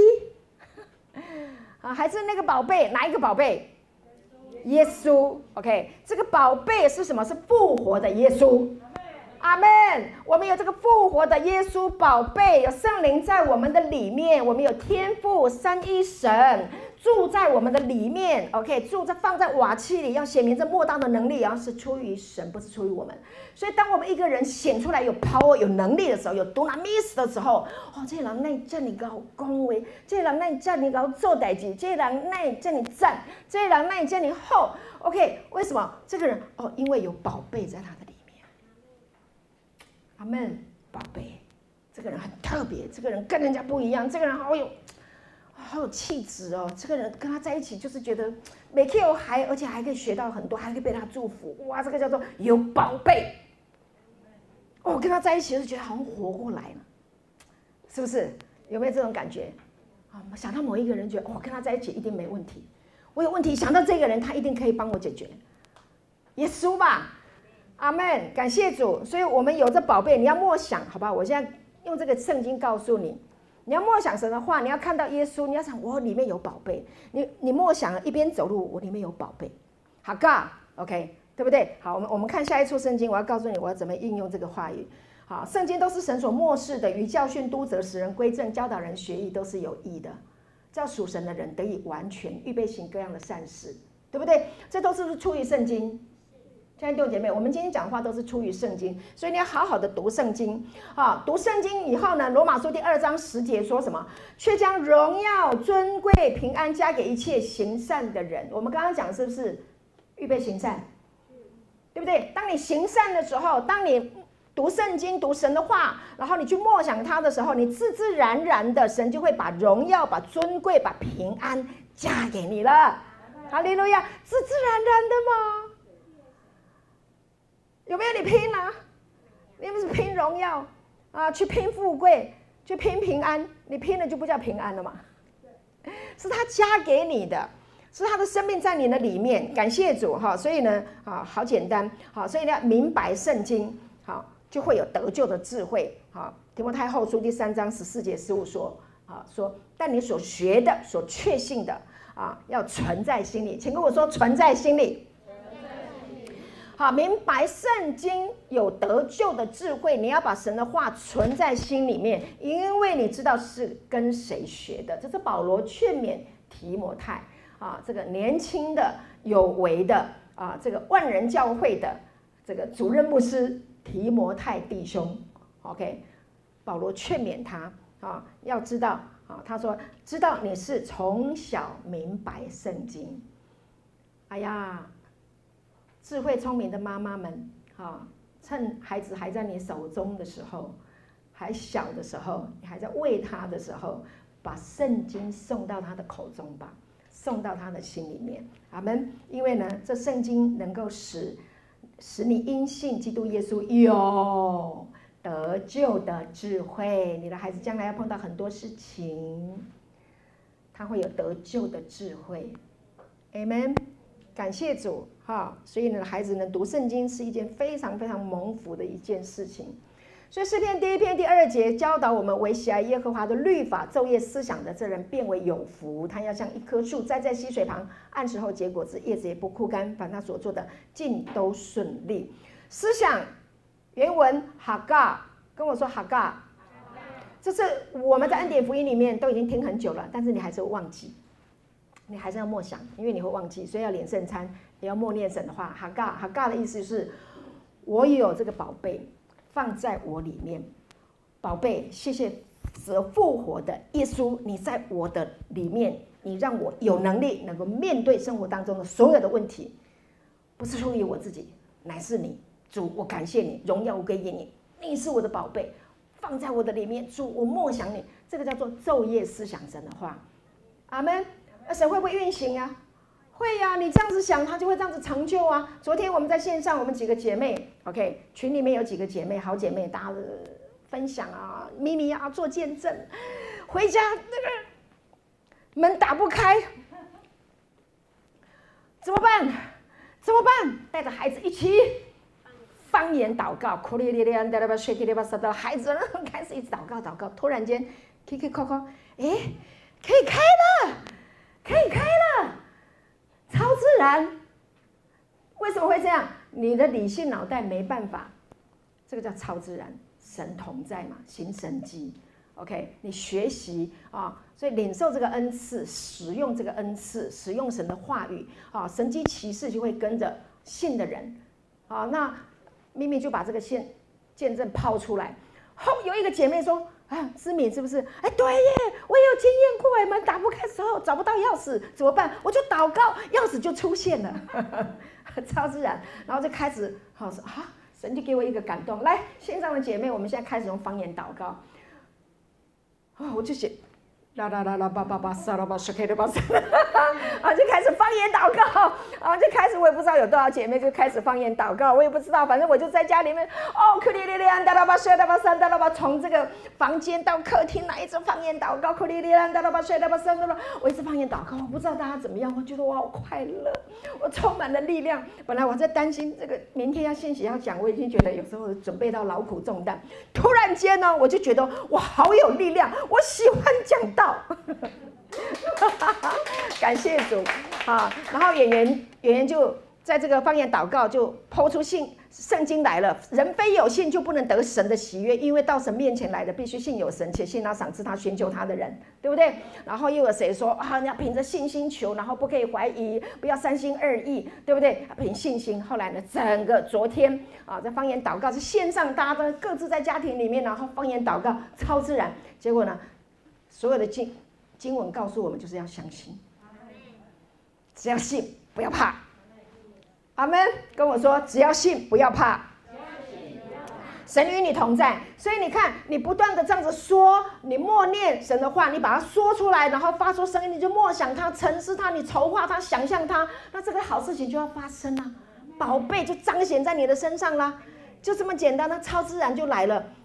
[SPEAKER 1] baby 啊，还是那个宝贝？哪一个宝贝？耶稣。OK， 这个宝贝是什么？是复活的耶稣。阿们。我们有这个复活的耶稣宝贝，有圣灵在我们的里面，我们有天父三一神住在我们的里面。OK， 住在放在瓦器里，要显明这莫大的能力，然后是出于神，不是出于我们。所以，当我们一个人显出来有 power 有能力的时候，有 dunamis 的时候，哦，这人那叫你搞恭维，这人那叫你搞做代志，这人那叫你赞，这人那叫你后。OK， 为什么？这个人哦，因为有宝贝在他的里面。阿们，宝贝，这个人很特别，这个人跟人家不一样，这个人好有。好有气质哦！这个人跟他在一起，就是觉得每天有还，而且还可以学到很多，还可以被他祝福。哇，这个叫做有宝贝。哦，跟他在一起就觉得好像活过来了，是不是？有没有这种感觉？啊，想到某一个人，觉得哦，跟他在一起一定没问题。我有问题，想到这个人，他一定可以帮我解决。耶稣吧，阿们，感谢主。所以我们有这宝贝，你要默想，好吧？我现在用这个圣经告诉你。你要默想神的话，你要看到耶稣，你要想我里面有宝贝。你你默想一边走路，我里面有宝贝。好噶 ，OK， 对不对？好，我们我们看下一处圣经，我要告诉你我要怎么应用这个话语。好，圣经都是神所默示的，于教训、督责、使人归正、教导人学义，都是有益的，叫属神的人得以完全，预备行各样的善事，对不对？这都是出于圣经。亲爱的弟兄姐妹，我们今天讲的话都是出于圣经，所以你要好好的读圣经啊！读圣经以后呢，罗马书第二章十节说什么？却将荣耀、尊贵、平安加给一切行善的人。我们刚刚讲是不是预备行善？对不对？当你行善的时候，当你读圣经、读神的话，然后你去默想它的时候，你自自然然的，神就会把荣耀、把尊贵、把平安加给你了。哈利路亚！自自然然的吗？有没有你拼啊？你不是拼荣耀啊，去拼富贵， 就拼平安，你拼了就不叫平安了嘛，是他加给你的，是他的生命在你的里面。感谢主哈，所以呢，啊，好简单，好，所以呢，明白圣经，好，就会有得救的智慧。好，提摩太后书第三章十四节十五说，啊，说，但你所学的、所确信的，啊，要存在心里。请跟我说，存在心里。好，明白圣经有得救的智慧，你要把神的话存在心里面，因为你知道是跟谁学的。这是保罗劝勉提摩太啊，这个年轻的有为的啊，这个万人教会的这个主任牧师提摩太弟兄。OK， 保罗劝勉他啊，要知道啊，他说知道你是从小明白圣经。哎呀。智慧聪明的妈妈们，啊，趁孩子还在你手中的时候，还小的时候，你还在喂他的时候，把圣经送到他的口中吧，送到他的心里面。阿们。因为呢，这圣经能够使使你因信基督耶稣有得救的智慧。你的孩子将来要碰到很多事情，他会有得救的智慧。Amen。感谢主哈，所以呢，孩子能读圣经是一件非常非常蒙福的一件事情。所以诗篇第一篇第二节教导我们，为喜爱耶和华的律法昼夜思想的这人变为有福。他要像一棵树栽在溪水旁，按时候结果子，叶子也不枯干，凡他所做的尽都顺利。思想原文哈嘎，跟我说哈嘎，这是我们在恩典福音里面都已经听很久了，但是你还是会忘记。你还是要默想，因为你会忘记，所以要领圣餐，也要默念神的话。哈嘎哈嘎的意思是，我有这个宝贝放在我里面，宝贝，谢谢死而复活的耶稣，你在我的里面，你让我有能力能够面对生活当中的所有的问题，不是出于我自己，乃是你，主，我感谢你，荣耀归给你，你是我的宝贝，放在我的里面，主，我默想你，这个叫做昼夜思想神的话。阿们。那神会不会运行啊？会呀、啊，你这样子想，他就会这样子成就啊。昨天我们在线上，我们几个姐妹 ，OK， 群里面有几个姐妹，好姐妹，大家分享啊，咪咪啊，做见证。回家那个门打不开，怎么办？怎么办？带着孩子一起方言祷告，哭哩哩哩，哒啦吧，睡哩哩吧，啥的，孩子开始一直祷告祷告，突然间，K K 扣扣，哎，可以开了。可以开了，超自然。为什么会这样？你的理性脑袋没办法，这个叫超自然。神同在嘛，行神迹。OK， 你学习啊，所以领受这个恩赐，使用这个恩赐，使用神的话语啊，神迹奇事就会跟着信的人啊。那咪咪就把这个见见证抛出来，后有一个姐妹说。啊，思敏是不是？哎，对耶，我也有经验过哎，门打不开的时候找不到钥匙怎么办？我就祷告，钥匙就出现了，超自然。然后就开始，好说啊，神就给我一个感动。来，线上的姐妹，我们现在开始用方言祷告。啊，我就写。啦啦啦啦叭叭叭沙啦叭沙开的叭沙，啊就开始方言祷告，啊就开始我也不知道有多少姐妹就开始方言祷告，我也不知道，反正我就在家里面，哦，克里里里安达拉巴睡达巴三达拉巴，从这个房间到客厅来一直方言祷告，克里里安达拉巴睡达巴三达拉，我一直方言祷告，我不知道大家怎么样，我觉得我好快乐，我充满了力量。本来我在担心这个明天要信息要讲，我已经觉得有时候准备到劳苦重担，突然间呢，我就觉得我好有力量，我喜欢讲道。感谢主啊！然后演员演员就在这个方言祷告，就抛出信圣经来了。人非有信就不能得神的喜悦，因为到神面前来的必须信有神，且信他赏赐他寻求他的人，对不对？然后又有谁说啊？你要凭着信心求，然后不可以怀疑，不要三心二意，对不对？凭信心。后来呢，整个昨天啊，在方言祷告是线上，大家都各自在家庭里面，然后方言祷告超自然。结果呢？所有的经经文告诉我们，就是要相信，只要信，不要怕。阿们，跟我说，只要信，不要怕。神与你同在，所以你看，你不断的这样子说，你默念神的话，你把它说出来，然后发出声音，你就默想它、沉思它、你筹划它、想象它，那这个好事情就要发生啦，宝贝就彰显在你的身上啦。就这么简单，它超自然就来了。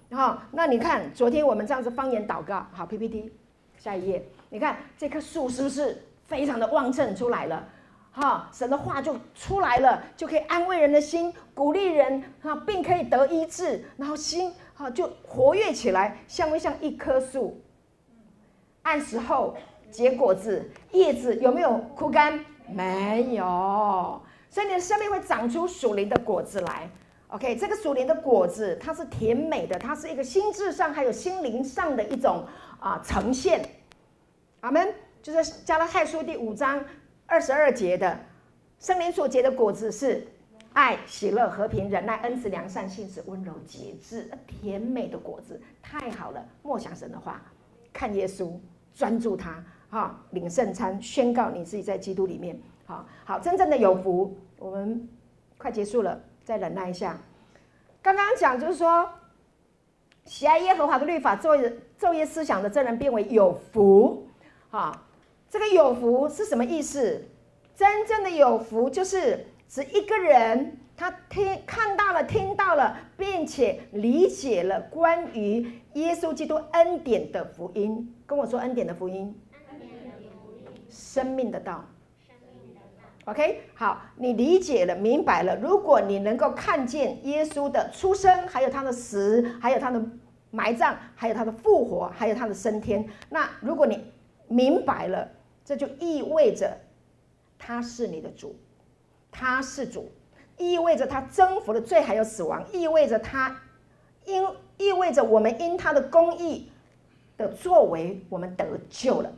[SPEAKER 1] 好，那你看昨天我们这样子方言祷告，好 P P T 下一页，你看这棵树是不是非常的旺盛出来了？哈，神的话就出来了，就可以安慰人的心，鼓励人，哈，并可以得医治，然后心哈就活跃起来，像不像一棵树？按时候结果子，叶子有没有枯干？没有，所以你的生命会长出属灵的果子来。OK， 这个属灵的果子，它是甜美的，它是一个心智上还有心灵上的一种啊呈现。阿们，就是加拉太书第五章二十二节的，圣灵所结的果子是爱、喜乐、和平、忍耐、恩慈、良善、信实、温柔、节制，甜美的果子，太好了！默想神的话，看耶稣，专注他，哈，领圣餐，宣告你自己在基督里面，好好，真正的有福。我们快结束了。再忍耐一下。刚刚讲就是说，喜爱耶和华的律法，昼夜昼夜思想的这人变为有福。啊，这个有福是什么意思？真正的有福就是指一个人他听看到了、听到了，并且理解了关于耶稣基督恩典的福音。跟我说恩典的福音，生命的道。OK， 好，你理解了，明白了。如果你能够看见耶稣的出生，还有他的死，还有他的埋葬，还有他的复活，还有他的升天，那如果你明白了，这就意味着他是你的主，他是主，意味着他征服了罪还有死亡，意味着他因意味着我们因他的公义的作为，我们得救了。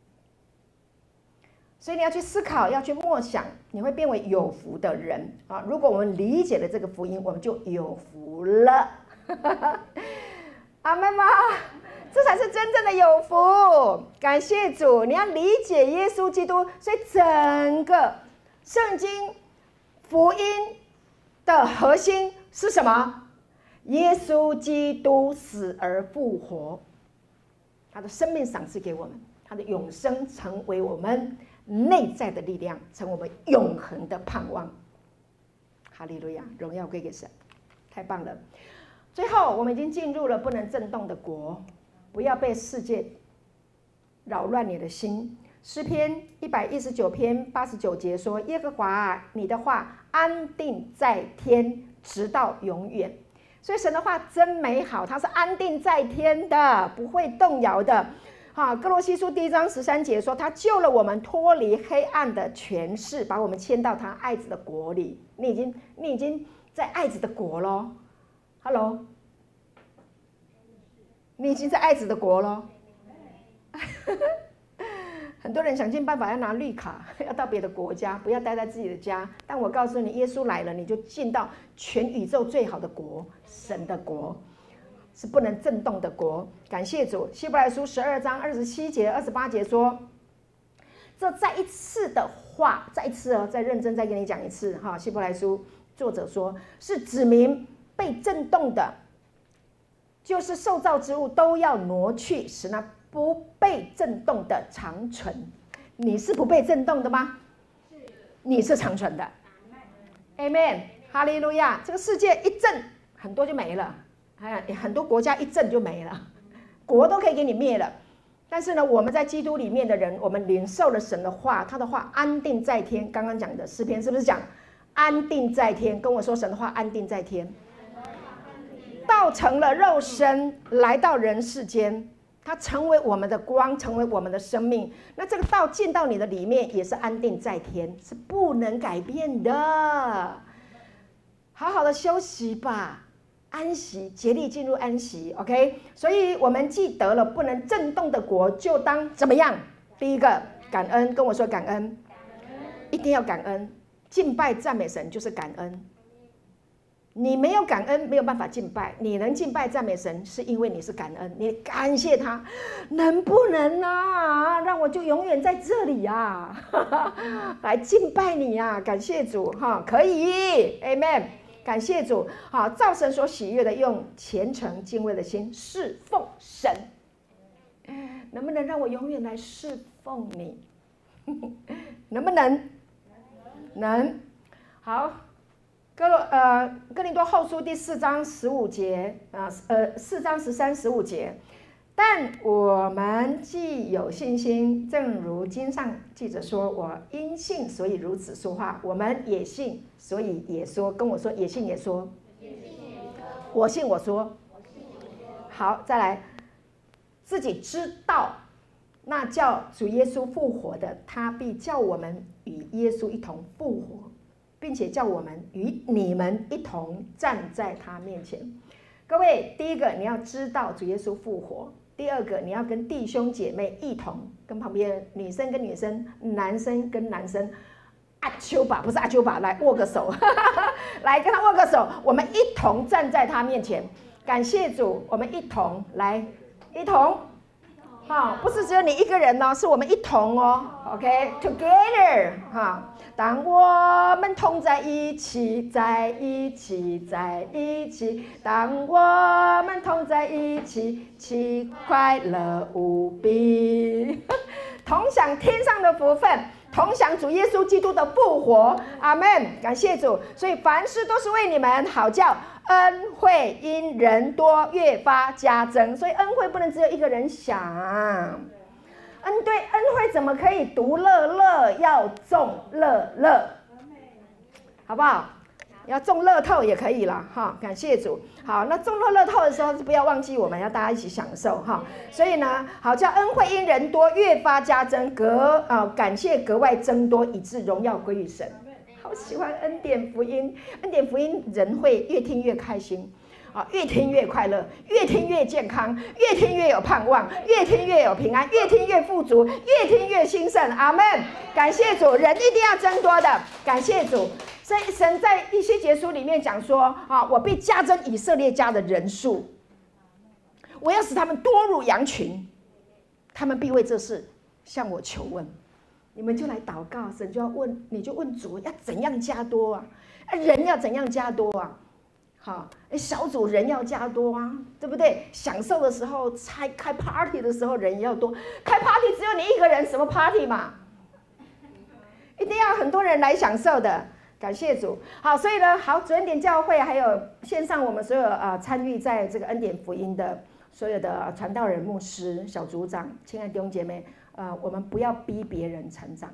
[SPEAKER 1] 所以你要去思考，要去默想，你会变为有福的人啊！如果我们理解了这个福音，我们就有福了。阿们吗？这才是真正的有福。感谢主！你要理解耶稣基督，所以整个圣经福音的核心是什么？耶稣基督死而复活，他的生命赏赐给我们，他的永生成为我们内在的力量，成为我们永恒的盼望。哈利路亚，荣耀归给神，太棒了！最后，我们已经进入了不能震动的国，不要被世界扰乱你的心。诗篇一百一十九篇八十九节说：“耶和华啊，你的话安定在天，直到永远。”所以神的话真美好，它是安定在天的，不会动摇的。啊，哥罗西书第一章十三节说，他救了我们脱离黑暗的权势，把我们迁到他爱子的国里。你已经，你已经在爱子的国咯 Hello， 你已经在爱子的国咯很多人想尽办法要拿绿卡，要到别的国家，不要待在自己的家。但我告诉你，耶稣来了，你就进到全宇宙最好的国，神的国。是不能震动的国。感谢主。希伯来书十二章二十七节、二十八节说，这再一次的话，再一次哦，再认真再跟你讲一次哈。希伯来书作者说，是指明被震动的，就是受造之物都要挪去，使那不被震动的长存。你是不被震动的吗？你是长存的。Amen， 哈利路亚。这个世界一震，很多就没了。哎，很多国家一震就没了，国都可以给你灭了。但是呢，我们在基督里面的人，我们领受了神的话，他的话安定在天。刚刚讲的诗篇是不是讲安定在天？跟我说神的话安定在天。道成了肉身，来到人世间，它成为我们的光，成为我们的生命。那这个道进到你的里面，也是安定在天，是不能改变的。好好的休息吧。安息，竭力进入安息 ，OK。所以，我们既得了不能震动的国，就当怎么样？第一个，感恩，跟我说感恩，一定要感恩。敬拜赞美神就是感恩。你没有感恩，没有办法敬拜。你能敬拜赞美神，是因为你是感恩，你感谢他。能不能啊？让我就永远在这里啊，来敬拜你啊！感谢主哈，可以 ，Amen。感谢主，好，照神所喜悦的，用虔诚敬畏的心侍奉神。能不能让我永远来侍奉你？能不能？能。好， 哥呃哥林多后书第四章十五节啊呃四章十三十五节，但我们既有信心，正如经上记着说，我因信所以如此说话，我们也信所以也说，跟我说也信也说，我信我说。好，再来，自己知道那叫主耶稣复活的，他必叫我们与耶稣一同复活，并且叫我们与你们一同站在他面前。各位，第一个你要知道主耶稣复活，第二个你要跟弟兄姐妹一同，跟旁边女生跟女生，男生跟男生，阿丘吧不是阿丘吧，来握个手，来跟他握个手，我们一同站在他面前。感谢主，我们一同来，一同。哈，不是只有你一个人哦，是我们一同哦 ，OK， together 哈。当我们同在一起，在一起，在一起，当我们同在一起，其快乐无比，同享天上的福分，同享主耶稣基督的复活，阿们，感谢主。所以凡事都是为你们好叫恩惠因人多越发加增，所以恩惠不能只有一个人享。恩对恩惠怎么可以独乐乐？要众乐乐，好不好？要中乐透也可以啦，哈，感谢主。好，那中乐乐透的时候，不要忘记我们要大家一起享受哈。所以呢，好叫恩惠因人多越发加增，格啊、呃、感谢格外增多，以致荣耀归于神。好喜欢恩典福音，恩典福音人会越听越开心。啊，越听越快乐，越听越健康，越听越有盼望，越听越有平安，越听越富足，越听越兴盛。阿们！感谢主，人一定要增多的。感谢主，所以神在以西结书里面讲说：啊，我必加增以色列家的人数，我要使他们多如羊群，他们必为这事向我求问。你们就来祷告，神就要问，你就问主要怎样加多啊？人要怎样加多啊？好，小组人要加多啊，对不对？享受的时候，开开 party 的时候人要多，开 party 只有你一个人，什么 party 嘛？一定要很多人来享受的。感谢主。好，所以呢，好，主恩典教会还有线上我们所有啊、呃、参与在这个恩典福音的所有的传道人、牧师、小组长，亲爱的弟兄姐妹，呃，我们不要逼别人成长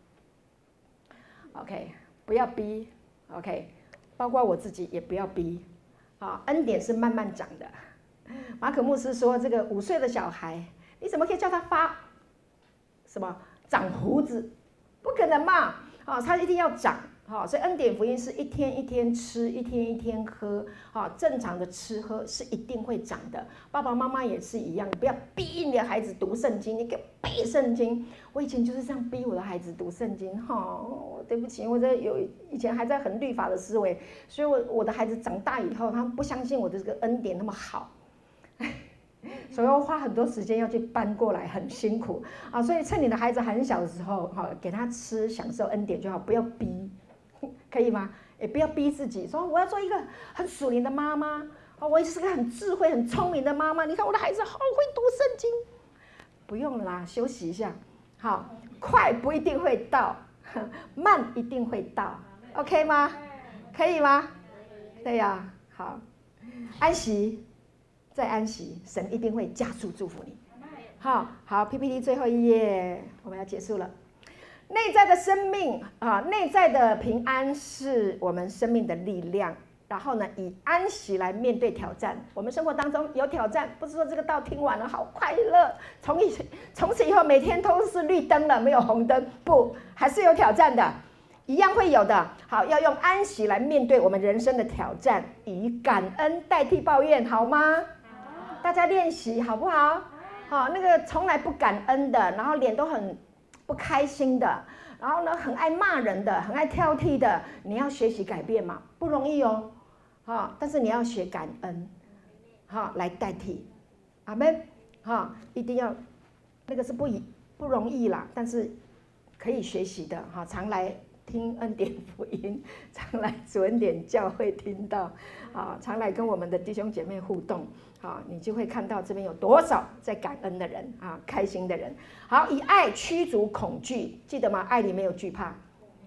[SPEAKER 1] ，OK， 不要逼 ，OK。包括我自己也不要逼，啊，恩典是慢慢长的。马可牧师说，这个五岁的小孩，你怎么可以叫他发什么长胡子？不可能嘛，啊，他一定要长，啊，所以恩典福音是一天一天吃，一天一天喝，啊，正常的吃喝是一定会长的。爸爸妈妈也是一样，你不要逼你的孩子读圣经，你给背圣经。我以前就是这样逼我的孩子读圣经，哈、哦，对不起，我这有以前还在很律法的思维，所以我我的孩子长大以后，他们不相信我的这个恩典那么好，所以我花很多时间要去搬过来，很辛苦啊。所以趁你的孩子很小的时候，哈，给他吃享受恩典就好，不要逼，可以吗？也不要逼自己，说我要做一个很属灵的妈妈，哦，我也是个很智慧、很聪明的妈妈。你看我的孩子好会读圣经，不用了啦，休息一下。好，快不一定会到，慢一定会到 ，OK 吗？可以吗？对呀、啊，好，安息，再安息，神一定会加速祝福你。好，好 ，P P T 最后一页，我们要结束了。内在的生命啊，内在的平安是我们生命的力量。然后呢，以安息来面对挑战。我们生活当中有挑战，不是说这个道听完了好快乐，从以从此以后每天都是绿灯了，没有红灯，不，还是有挑战的，一样会有的。好，要用安息来面对我们人生的挑战，以感恩代替抱怨，好吗？好，大家练习好不好？好，那个从来不感恩的，然后脸都很不开心的，然后呢很爱骂人的，很爱挑剔的，你要学习改变嘛，不容易哦。哈，但是你要学感恩，哈，来代替，阿们，哈，一定要，那个是不不容易啦，但是可以学习的，哈，常来听恩典福音，常来主恩典教会听到，啊，常来跟我们的弟兄姐妹互动，啊，你就会看到这边有多少在感恩的人，啊，开心的人。好，以爱驱逐恐惧，记得吗？爱里没有惧怕。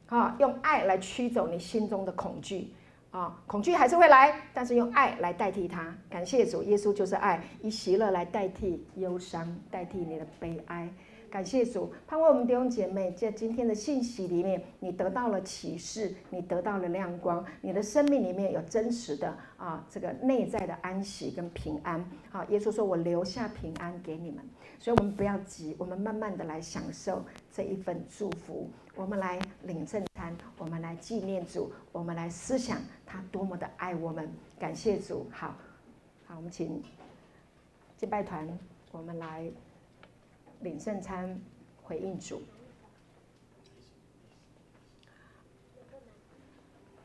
[SPEAKER 1] 啊，用爱来驱走你心中的恐惧。啊，恐惧还是会来，但是用爱来代替它。感谢主，耶稣就是爱，以喜乐来代替忧伤，代替你的悲哀。感谢主，盼望我们弟兄姐妹在今天的信息里面，你得到了启示，你得到了亮光，你的生命里面有真实的啊这个内在的安息跟平安。好，耶稣说：“我留下平安给你们。”所以，我们不要急，我们慢慢的来享受这一份祝福。我们来领圣餐，我们来纪念主，我们来思想他多么的爱我们。感谢主。好，好，我们请敬拜团，我们来领圣餐，回应主。